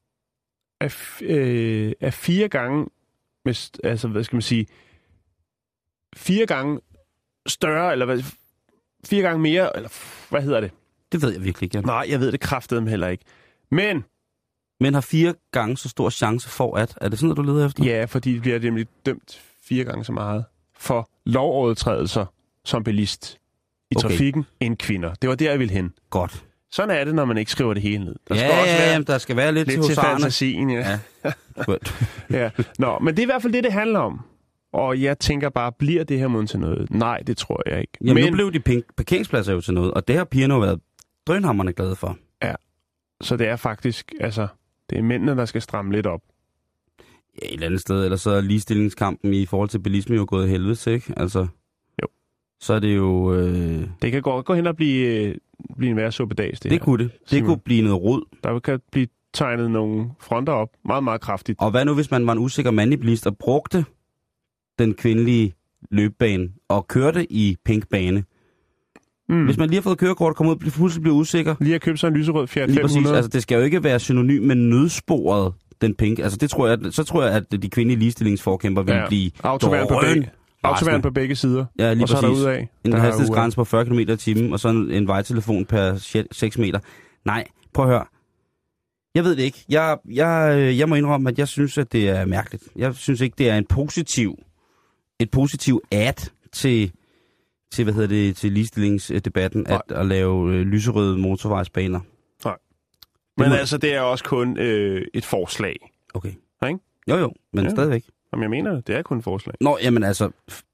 er 4 gange, altså hvad skal man sige, 4 gange større, eller 4 gange mere, eller hvad hedder det?
Det ved jeg virkelig ikke.
Nej, jeg ved det kraftedeme heller ikke. Men
har 4 gange så stor chance for at... Er det sådan, at du leder efter?
Ja, fordi de bliver nemlig dømt 4 gange så meget for lovovertrædelser som bilist i trafikken end kvinder. Det var der, jeg ville hen.
Godt.
Sådan er det, når man ikke skriver det hele ned. Der
der skal være lidt
til fantasien. Ja. Ja. Nå, men det er i hvert fald det handler om. Og jeg tænker bare, bliver det her måden til noget? Nej, det tror jeg ikke.
Jamen, nu blev de parkeringspladser jo til noget, og det har pigerne jo været drønhammerne glade for.
Ja, så det er faktisk, altså, det er mændene, der skal stramme lidt op.
Ja, et eller andet sted, eller så er ligestillingskampen i forhold til bilisme jo gået helvedes, ikke? Altså,
jo.
Så er det jo...
Det kan gå hen og blive en værre suppedags, det
her. Kunne det. Det kunne blive noget rod.
Der kan blive tegnet nogle fronter op, meget, meget kraftigt.
Og hvad nu, hvis man var en usikker mandlig bilist og brugte den kvindelige løbebane og kørte i pink bane? Hvis man lige har fået kørekort og kommer ud og pludselig bliver usikker...
Lige at købe sig en lyserød Fiat 500.
Præcis. Altså, det skal jo ikke være synonym med nødsporet, den pink. Altså, det tror jeg, at de kvindelige ligestillingsforkæmper vil blive...
Autoværn på begge sider.
Ja, lige
og så
præcis.
derudad.
En hastighedsgrænse på 40 km i timen, og så en vejtelefon per 6 meter. Nej, prøv at høre. Jeg ved det ikke. Jeg må indrømme, at jeg synes, at det er mærkeligt. Jeg synes ikke, det er et positiv ad til til ligestillingsdebatten, at lave lyserøde motorvejsbaner.
Nej. Men altså, det er også kun et forslag.
Okay.
Ja, ikke?
Jo, men stadigvæk.
Jamen, jeg mener det er kun et forslag.
Nå, jamen altså...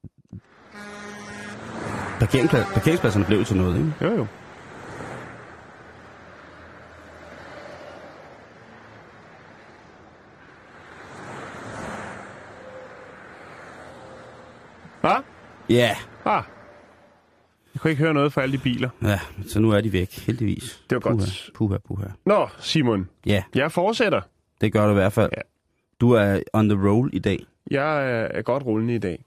Parkeringspladserne blev til noget, ikke?
Jo. Hvad?
Ja.
Jeg kunne ikke høre noget fra alle de biler.
Ja, så nu er de væk, heldigvis.
Det var godt.
Puha.
Nå, Simon.
Ja.
Jeg fortsætter.
Det gør du i hvert fald. Ja. Du er on the roll i dag.
Jeg er godt rullende i dag.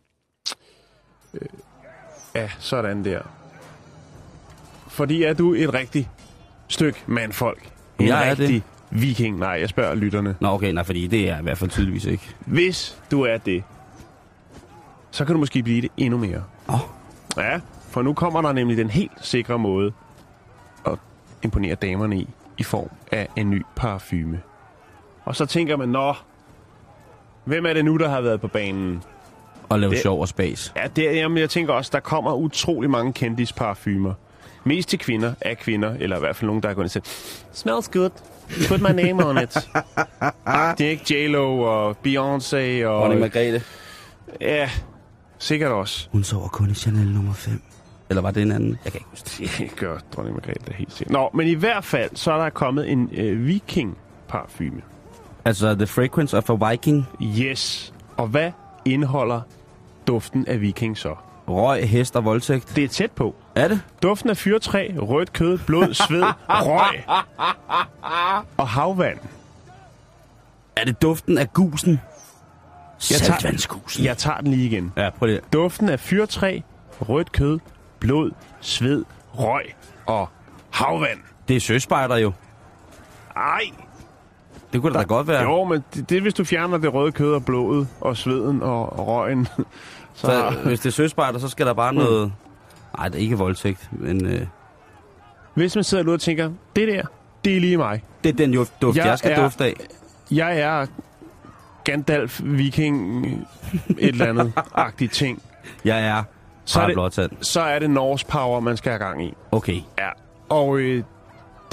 Ja, sådan der. Fordi er du et rigtigt stykke mandfolk? En rigtig viking? Nej, jeg spørger lytterne.
Nå, okay, nej, fordi det er i hvert fald tydeligvis ikke.
Hvis du er det, så kan du måske blive det endnu mere. Ja, for nu kommer der nemlig den helt sikre måde at imponere damerne i form af en ny parfume. Og så tænker man, hvem er det nu, der har været på banen?
Og lave sjov og spas.
Ja, jeg tænker også, der kommer utrolig mange kendisparfumer. Mest til kvinder, af kvinder, eller i hvert fald nogen, der er gået og sagt, smells good, put my name on it. Det er ikke J-Lo og Beyoncé og...
Dronning Margrethe.
Ja, sikkert også.
Hun sover kun i Chanel nummer 5. Eller var det en anden? Jeg kan ikke huske
det. Det gør Dronning Margrethe helt sikkert. Nå, men i hvert fald, så er der kommet en viking-parfume.
Altså The Fragrance of a Viking?
Yes. Og hvad indeholder duften af viking så?
Røg, hest og voldtægt?
Det er tæt på.
Er det?
Duften af fyrtræ, rødt kød, blod, sved, røg og havvand.
Er det duften af gusen? Saltvandsgusen.
Jeg tager den lige igen.
Ja, prøv det.
Duften af fyrtræ, rødt kød, blod, sved, røg og havvand.
Det er søspejder jo.
Ej.
Det kunne da godt være.
Jo, men det hvis du fjerner det røde kød og blodet og sveden og røgen.
Så hvis det er søspejder, så skal der bare noget... Nej, det er ikke voldtægt, men...
Hvis man sidder og tænker, det der, det er lige mig.
Det er den duft, jeg skal dufte af.
Jeg er Gandalf, viking, et eller andet-agtigt ting.
Jeg er så er det Norse Power, man skal have gang i.
Okay. Ja, og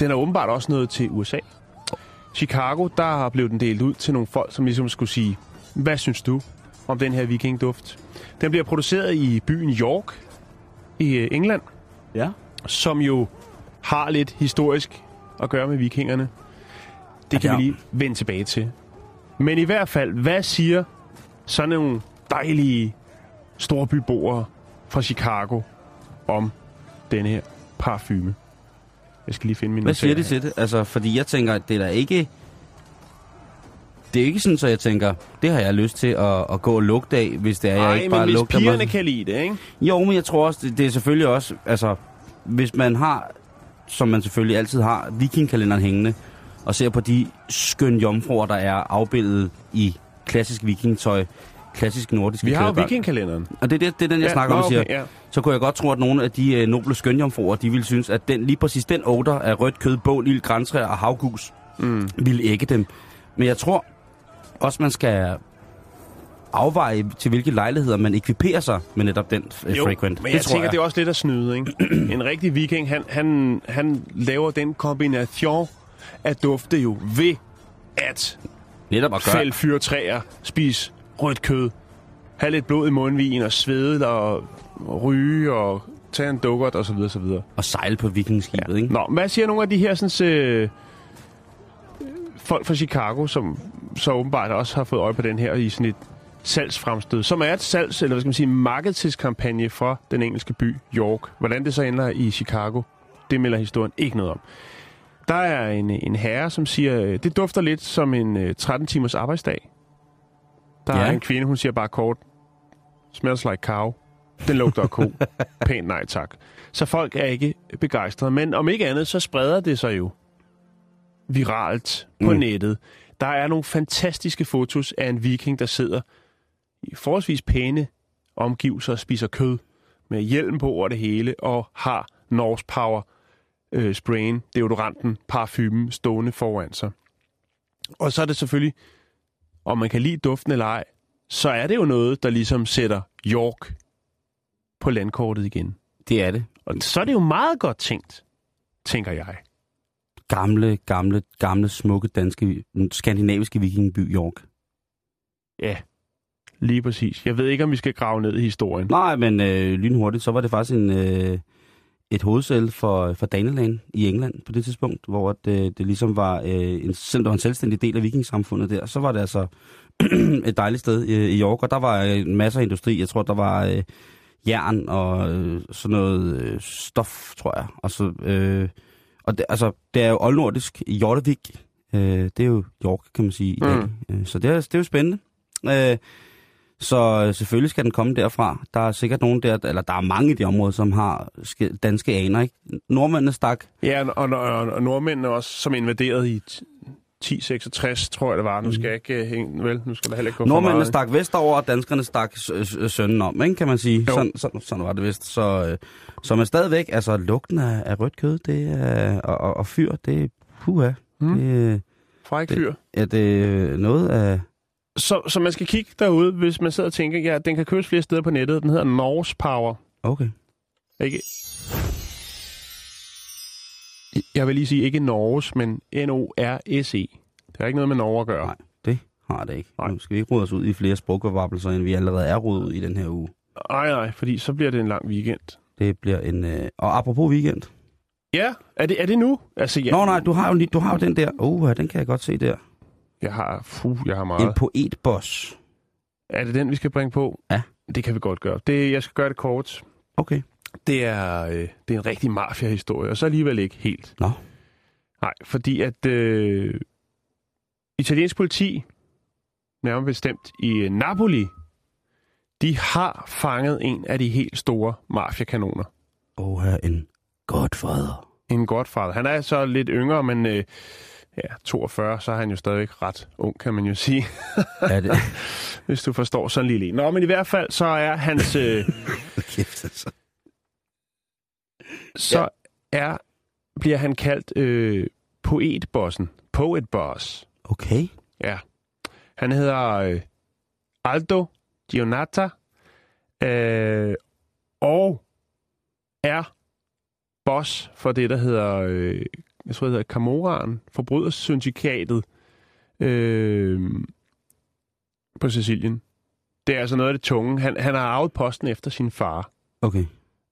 den er åbenbart også nået til USA. Chicago, der blev den delt ud til nogle folk, som ligesom skulle sige, hvad synes du om den her vikingduft? Den bliver produceret i byen York i England, som jo har lidt historisk at gøre med vikingerne. Det kan vi lige vende tilbage til. Men i hvert fald, hvad siger sådan nogle dejlige storbyboere fra Chicago om denne her parfume? Jeg skal lige finde min
Hvad siger de til det? Altså, fordi jeg tænker, at det er da ikke... Det er ikke sådan, så jeg tænker, det har jeg lyst til at gå og lugte af, hvis det er, jeg ikke bare lugter mig.
Nej, men hvis pigerne kan lide det, ikke?
Jo, men jeg tror også, det er selvfølgelig også... Altså, hvis man har, som man selvfølgelig altid har, vikingkalenderen hængende, og ser på de skønne jomfruer, der er afbildet i klassisk vikingtøj, klassisk nordisk
Vi har jo vikingkalenderen.
Og det er den, jeg snakker om, siger.
Ja.
Så kunne jeg godt tro, at nogle af de noble skønjomfruer, de ville synes, at lige præcis den odor af rødt kød, bål, ild, grantræer og havgus, ville ægge dem. Men jeg tror også, man skal afveje til hvilke lejligheder man ekviperer sig med netop den frequent.
Men jeg tænker, det er også lidt at snyde, ikke? En rigtig viking, han laver den kombination af dufte jo ved at fælde fyrtræer, spise rødt kød, have lidt blod i mundvigen og svede og ryge og tage en dukkert og så videre, så videre.
Og sejle på vikingskibet, ikke?
Nå, hvad siger nogle af de her sådan, folk fra Chicago, som så åbenbart også har fået øje på den her i sådan et salgsfremstød, som er et eller hvad skal man sige, markedstidskampagne for den engelske by York. Hvordan det så ender i Chicago, det melder historien ikke noget om. Der er en herre, som siger, det dufter lidt som en 13 timers arbejdsdag. Der er en kvinde, hun siger bare kort, smells like cow. Den lugter af ko. Pænt nej tak. Så folk er ikke begejstrede. Men om ikke andet, så spreder det sig jo viralt på nettet. Der er nogle fantastiske fotos af en viking, der sidder i forholdsvis pæne omgivelser og spiser kød med hjelm på over det hele og har Norse Power sprayen, deodoranten, parfumen stående foran sig. Og så er det selvfølgelig, om man kan lide duften eller ej, så er det jo noget, der ligesom sætter York på landkortet igen.
Det er det.
Og så er det jo meget godt tænkt, tænker jeg.
Gamle, smukke, skandinaviske vikingby York. Ja,
lige præcis. Jeg ved ikke, om vi skal grave ned i historien.
Nej, men lynhurtigt, så var det faktisk et hovedsæde for Daneland i England på det tidspunkt, hvor det ligesom var selvom der var en selvstændig del af vikingsamfundet der, så var det altså et dejligt sted i York, og der var en masse af industri. Jeg tror, der var jern og sådan noget stof, tror jeg. Og så... Og det er jo oldnordisk Jorvik. Det er jo York, kan man sige, i dag. Så det er jo spændende. Så selvfølgelig skal den komme derfra. Der er sikkert nogen der, eller der er mange i de områder, som har danske aner, ikke? Nordmændene stak.
Ja, og nordmændene også, som invaderede i 1066, tror jeg det var. Nu skal jeg ikke hænge, vel? Nu skal der heller ikke gå for meget.
Nordmændene stak vestover, og danskerne stak sønnen om, ikke, kan man sige. Sådan var det vist. Så man stadigvæk, altså lugten af rødt kød, det er, og fyr, det er puha.
Fræk fyr.
Ja, det er noget af...
Så man skal kigge derude, hvis man sidder og tænker, ja, den kan købes flere steder på nettet. Den hedder Norse Power.
Okay.
Ikke? Jeg vil lige sige ikke Norse, men N-O-R-S-E. Det har ikke noget med Norge at gøre.
Nej, det har det ikke. Nej. Nu skal vi ikke rode os ud i flere sprogforvabelser, end vi allerede er rodet ud i den her uge.
Nej, fordi så bliver det en lang weekend.
Det bliver en... Og apropos weekend.
Ja, er det nu? Altså, ja.
Nå nej, du har jo den der. Den kan jeg godt se der.
Jeg har meget.
En poetboss.
Er det den, vi skal bringe på?
Ja.
Det kan vi godt gøre. Jeg skal gøre det kort.
Okay.
Det er en rigtig mafia-historie, og så alligevel ikke helt.
Nå.
Nej, fordi at italiensk politi, nærmere bestemt i Napoli, de har fanget en af de helt store mafiakanoner.
En godfather.
En godfather. Han er så lidt yngre, men 42, så er han jo stadigvæk ret ung, kan man jo sige.
Er det?
Hvis du forstår sådan lige en. Nå, men i hvert fald, så er hans... bliver han kaldt poetbossen. Poet boss.
Okay.
Ja. Han hedder Aldo Gionata og er boss for det, der hedder jeg tror, det hedder Camorraen, forbrydersyndikatet på Sicilien. Det er altså noget af det tunge. Han har arvet posten efter sin far.
Okay.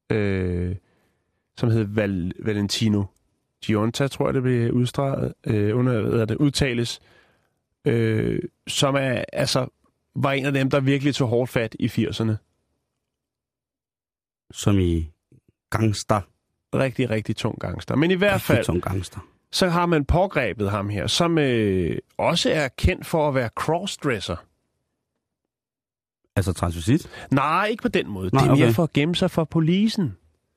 Som hed Valentino Giunta, tror jeg, det blev udtales. Som var en af dem, der virkelig tog hårdt fat i 80'erne.
Som i gangster.
Rigtig, rigtig tung gangster. Men i hvert fald,
tung gangster.
Så har man pågrebet ham her, som også er kendt for at være crossdresser.
Altså transvestit?
Nej, ikke på den måde. Nej, det er mere for at gemme sig for polisen.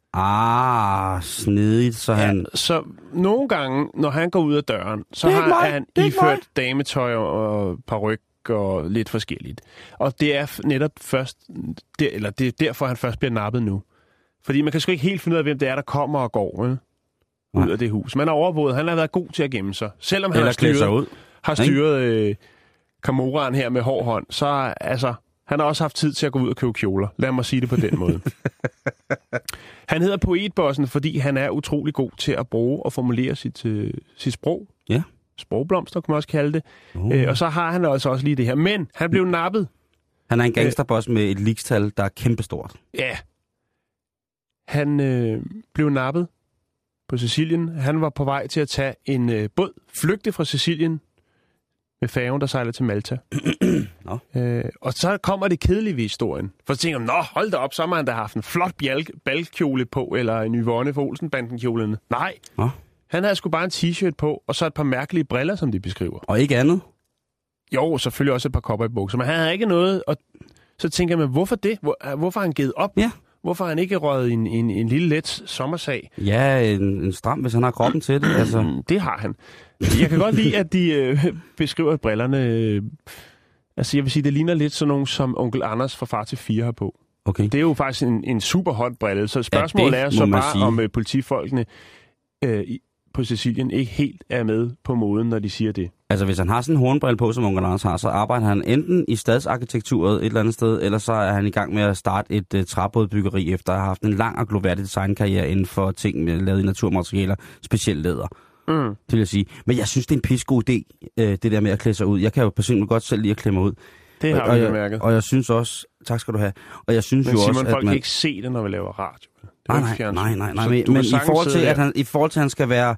Snedigt, så han...
Ja, så nogle gange, når han går ud af døren, så har han iført dametøj og paryk og lidt forskelligt. Og det er netop det er derfor, han først bliver nappet nu. Fordi man kan sgu ikke helt finde ud af, hvem det er, der kommer og går ud af det hus. Man har overvåget, han har været god til at gemme sig. Selvom han har styret Camorraen her med hård hånd, så han har også haft tid til at gå ud og købe kjoler. Lad mig sige det på den måde. Han hedder Poetbossen, fordi han er utrolig god til at bruge og formulere sit sprog.
Ja.
Sprogblomster, kan man også kalde det. Og så har han altså også lige det her. Men han blev nappet.
Han er en gangsterboss med et ligestal, der er kæmpestort.
Ja. Han blev nappet på Sicilien. Han var på vej til at tage en båd, flygte fra Sicilien med færgen, der sejler til Malta. Og så kommer det kedelige ved historien. For så tænker man, hold da op, så har han da haft en flot balkjole på, eller en Yvonne for Olsen-banden-kjolen. Nej, han havde sgu bare en t-shirt på, og så et par mærkelige briller, som de beskriver.
Og ikke andet?
Jo, selvfølgelig også et par kopper i bukser, men han havde ikke noget. Og så tænker man, hvorfor det? Hvorfor har han givet op?
Ja.
Hvorfor har han ikke røget en lille let sommersag?
Ja, en stram, hvis han har kroppen til det. Altså.
Det har han. Jeg kan godt lide, at de beskriver brillerne. Jeg vil sige, det ligner lidt sådan nogen, som onkel Anders fra Far til 4 har på.
Okay.
Det er jo faktisk en super hot brille. Så spørgsmålet er så bare, om politifolkene på Sicilien ikke helt er med på moden, når de siger det.
Altså, hvis han har sådan en hornbrille på, som onkel Anders har, så arbejder han enten i stadsarkitekturet et eller andet sted, eller så er han i gang med at starte et træbådbyggeri, efter at have haft en lang og gloværdig designkarriere inden for ting lavet i naturmaterialer, specielt læder. Det vil jeg sige. Men jeg synes, det er en pissegod idé, det der med at klæde sig ud. Jeg kan jo personligt godt selv lide at klæde mig ud.
Det har vi bemærket.
Og jeg synes også... Tak skal du have. Og jeg synes
men
jo
Simon,
også,
folk kan ikke se det, når vi laver radio.
Nej. Men i forhold til, at han skal være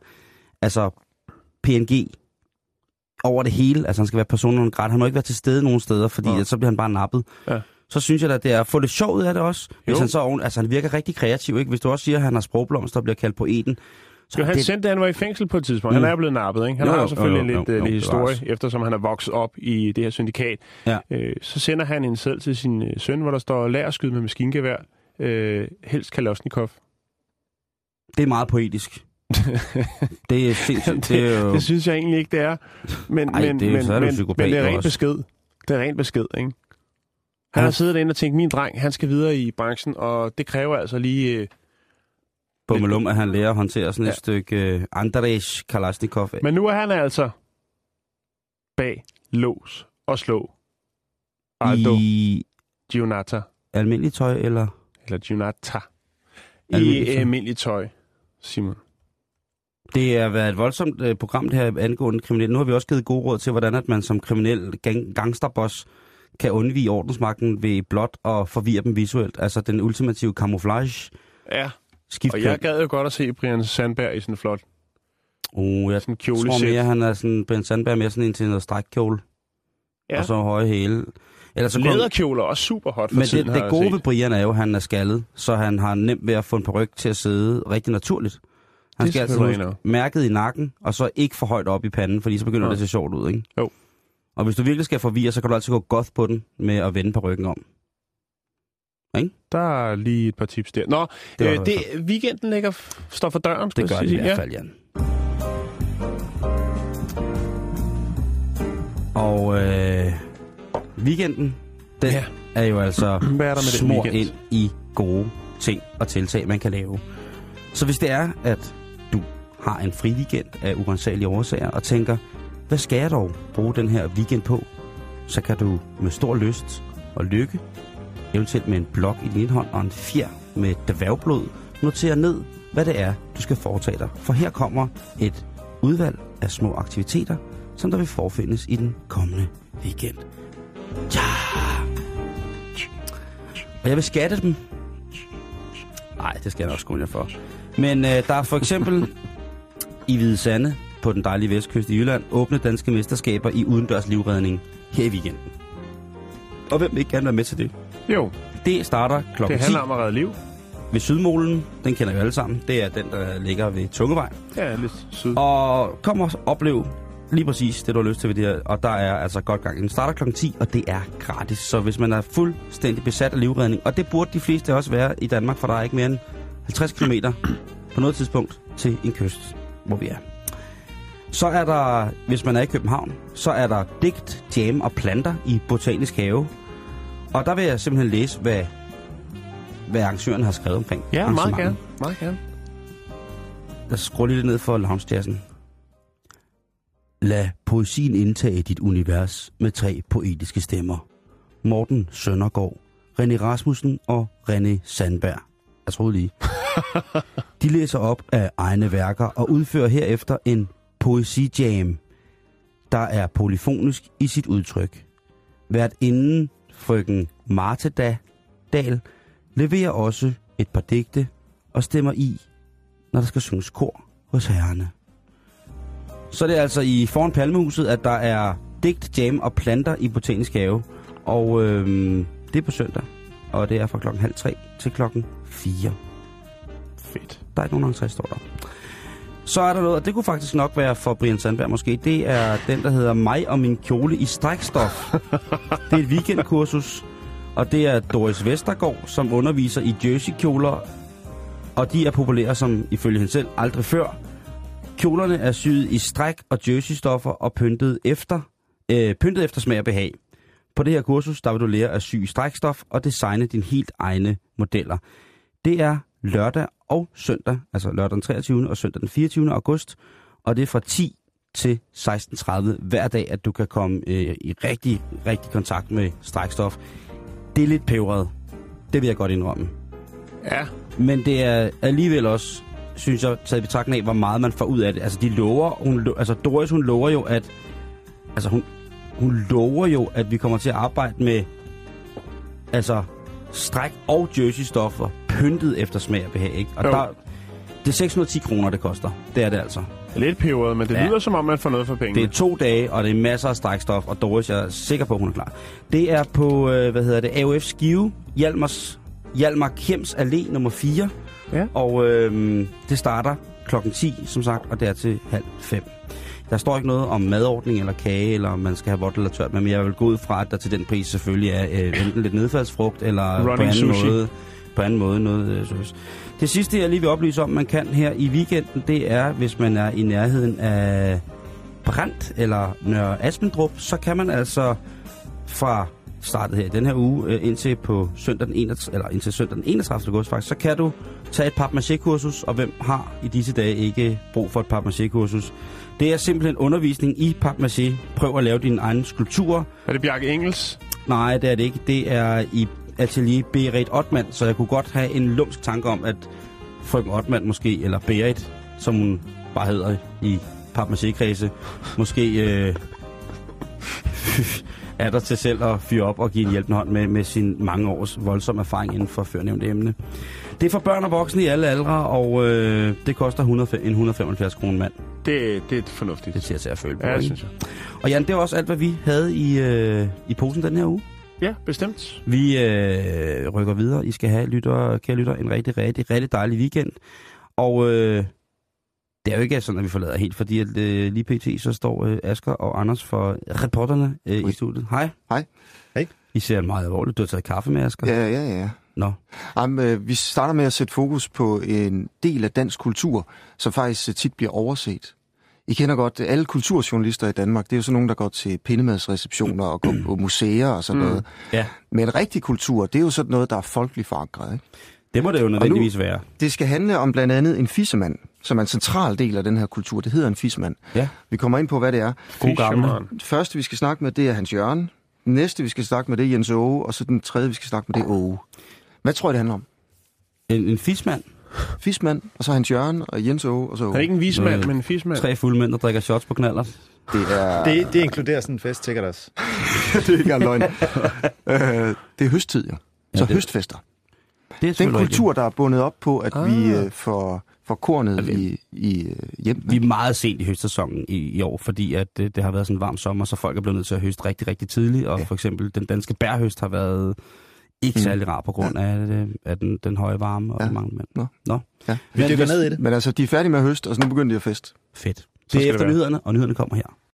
PNG over det hele, altså han skal være person non grata. Han må ikke være til stede nogen steder, fordi så bliver han bare nappet. Ja. Så synes jeg, at det er at få det sjovt ud af det også. Hvis han så han virker rigtig kreativ, ikke? Hvis du også siger, at han har sprogblomster og bliver kaldt poeten.
Så han sendte, han var i fængsel på et tidspunkt. Han er blevet nappet, ikke? Han har jo selvfølgelig en lidt historie, eftersom han er vokset op i det her syndikat. Ja. Så sender han en seddel til sin søn, hvor der står, lær at skyde med maskingevær. Helst Kalashnikov.
Det er meget poetisk. Det er sindssygt.
Det synes jeg egentlig ikke, det er. Men det er rent besked. Det er rent besked, ikke? Han har siddet derinde og tænkt, min dreng, han skal videre i branchen, og det kræver altså lige...
Bummelum, at han lærer at håndtere sådan et stykke Andrej Kalashnikov.
Men nu er han altså bag lås og slå. Aldo Giunta.
Almindelig tøj, eller?
Eller Giunta. I almindelig tøj, Simon.
Det har været et voldsomt program, det her angående kriminelle. Nu har vi også givet gode råd til, hvordan at man som kriminel gangsterboss kan undvige ordensmagten ved blot og forvirre dem visuelt. Altså den ultimative camouflage.
Ja, og jeg gad jo godt at se Brian Sandberg i sådan en flot
jeg
sådan kjole.
Tror mere, han er sådan Brian Sandberg mere sådan en til noget strækkjole. Ja. Og så høje hæle.
Læderkjoler er også super hot for
men
tiden,
det gode ved Brian er jo, at han er skaldet, så han har nemt ved at få en paryk til at sidde rigtig naturligt. Han skal altså mærket i nakken, og så ikke for højt op i panden, fordi så begynder det at se sjovt ud, ikke?
Jo.
Og hvis du virkelig skal forvirre, så kan du altid gå goth på den med at vende parykken om. Ikke?
Der er lige et par tips der. Nå, weekenden står for døren.
Det gør det i hvert fald, Jan. Og weekenden, den er jo altså smurt ind i gode ting og tiltag, man kan lave. Så hvis det er, at du har en fri weekend af urensagelige årsager, og tænker, hvad skal jeg dog bruge den her weekend på, så kan du med stor lyst og lykke, eventuelt med en blok i din ene hånd og en fjer med dværgblod, notere ned, hvad det er, du skal foretage dig. For her kommer et udvalg af små aktiviteter, som der vil forfindes i den kommende weekend. Ja. Og jeg vil skatte dem. Nej, det skal jeg nok skåne jer for. Men der er for eksempel i Hvide Sande på den dejlige vestkyst i Jylland åbne danske mesterskaber i udendørs livredning her i weekenden. Og hvem vil ikke gerne være med til det?
Jo.
Det starter klokken 10.
Det handler om at redde liv.
Ved Sydmolen, den kender vi alle sammen. Det er den, der ligger ved Tungevej.
Ja, lidt syd.
Og kom og oplev lige præcis det, du har lyst til ved det her. Og der er altså godt gang. Den starter klokken 10, og det er gratis. Så hvis man er fuldstændig besat af livredning, og det burde de fleste også være i Danmark, for der er ikke mere end 50 km på noget tidspunkt til en kyst, hvor vi er. Så er der, hvis man er i København, så er der digt, jam og planter i Botanisk Have. Og der vil jeg simpelthen læse, hvad arrangøren har skrevet omkring.
Ja, meget gerne. Meget gerne.
Der skruer lige ned for lounge-jazzen. Lad poesien indtage dit univers med 3 poetiske stemmer. Morten Søndergaard, René Rasmussen og René Sandberg. Jeg troede lige. De læser op af egne værker og udfører herefter en poesijam, der er polyfonisk i sit udtryk. Vært inden frøken Marte Dahl leverer også et par digte og stemmer i, når der skal synges kor hos herrerne. Så det er altså i foran Palmehuset, at der er digt, jam og planter i Botanisk Have. Og det er på søndag, og det er fra 3:30 til 4:00.
Fedt.
Der er ikke nogen entré, står der. Så er der noget, og det kunne faktisk nok være for Brian Sandberg måske. Det er den, der hedder Mig og min kjole i strækstof. Det er et weekendkursus, og det er Doris Vestergaard, som underviser i jersey-kjoler, og de er populære som, ifølge hende selv, aldrig før. Kjolerne er syet i stræk og jersey-stoffer og pyntet efter smag og behag. På det her kursus, der vil du lære at sy i strækstof og designe dine helt egne modeller. Det er lørdag og søndag, altså lørdag den 23. og søndag den 24. august, og det er fra 10 til 16:30 hver dag, at du kan komme i rigtig kontakt med strækstof. Det er lidt peberet. Det vil jeg godt indrømme.
Ja.
Men det er alligevel også, synes jeg, taget i betragtning af, hvor meget man får ud af det. Altså, Doris, hun lover jo, at... Altså, hun lover jo, at vi kommer til at arbejde med... Altså, stræk og jersey-stoffer, pyntet efter smag og behag, ikke? Og det er 610 kroner, det koster. Det er det altså.
Det er lidt peberet, men det lyder som om, man får noget for pengene.
Det er 2 dage, og det er masser af strækstof, og Doris, jeg er sikker på, hun er klar. Det er på, AOF Skive, Hjalmar Kjems Allé nummer 4. Ja. Og det starter klokken 10, som sagt, og det er til 4:30. Der står ikke noget om madordning eller kage, eller om man skal have vådt eller tørt, men jeg vil gå ud fra, at der til den pris selvfølgelig er enten lidt nedfaldsfrugt, eller på anden måde noget service. Det sidste, jeg lige vil oplyse om, man kan her i weekenden, det er, hvis man er i nærheden af Brandt eller Nørre Aspendrup, så kan man altså fra startet her i den her uge indtil søndag den 31. august faktisk, så kan du tage et papmaché-kursus, og hvem har i disse dage ikke brug for et papmaché-kursus? Det er simpelthen undervisning i papmaché. Prøv at lave dine egne skulpturer.
Er det Bjarke Engels?
Nej, det er det ikke. Det er i atelier Berit Ottmann, så jeg kunne godt have en lumsk tanke om, at frøken Ottmann måske, eller Berit, som hun bare hedder i papmaché-kredse, måske er der til selv at fyre op og give en hjælpende hånd med sin mange års voldsomme erfaring inden for førnævnte emne. Det er for børn og voksne i alle aldre, og det koster 175 kroner mand.
Det er fornuftigt.
Det siger til at føle på.
Ja, det synes jeg.
Og Jan, det var også alt, hvad vi havde i posen den her uge.
Ja, bestemt.
Vi rykker videre. I skal have, kære lytter, en rigtig dejlig weekend. Og det er jo ikke sådan, at vi forlader helt, fordi at, lige pt. Så står Asger og Anders for reporterne i studiet. Hej.
Hej. Hej.
I ser meget alvorligt. Du har taget kaffe med, Asger.
Ja.
Nå.
Vi starter med at sætte fokus på en del af dansk kultur, som faktisk tit bliver overset. I kender godt alle kulturjournalister i Danmark. Det er jo sådan nogen, der går til pindemadsreceptioner og går på museer og sådan noget.
Ja.
Men rigtig kultur, det er jo sådan noget, der er folkeligt forankret, ikke?
Det må det jo nødvendigvis være.
Det skal handle om blandt andet en fissemand, som er en central del af den her kultur. Det hedder en fissemand.
Ja.
Vi kommer ind på, hvad det er.
God gamle.
Det første, vi skal snakke med, det er Hans Jørgen. Den næste, vi skal snakke med, det er Jens Åge. Og så den tredje, vi skal snakke med, det er Åge. Hvad tror I, det handler om?
En fissemand?
Fismand, og så Hans Jørgen og Jens Åge, og så Åge.
Han er ikke en vismand, men en fismand.
3 fulde mænd, der drikker shots på knaller.
Det inkluderer sådan en fest, sikkert også.
Det er ikke engang løgn. Det er høsttid, jo. Så høstfester.
Det er
den kultur, der er bundet op på, at vi får kornet i hjem.
Vi er meget sent i høstsæsonen i år, fordi at det har været sådan en varm sommer, så folk er blevet nødt til at høste rigtig, rigtig tidligt. Og for eksempel den danske bærhøst har været ikke særlig rar på grund af den høje varme og mange mænd.
Nå.
Ja. Vi dykker ned i det.
Men altså, de er færdige med at høste, og så nu begynder de at feste.
Fedt. Det er efter nyhederne, og nyhederne kommer her.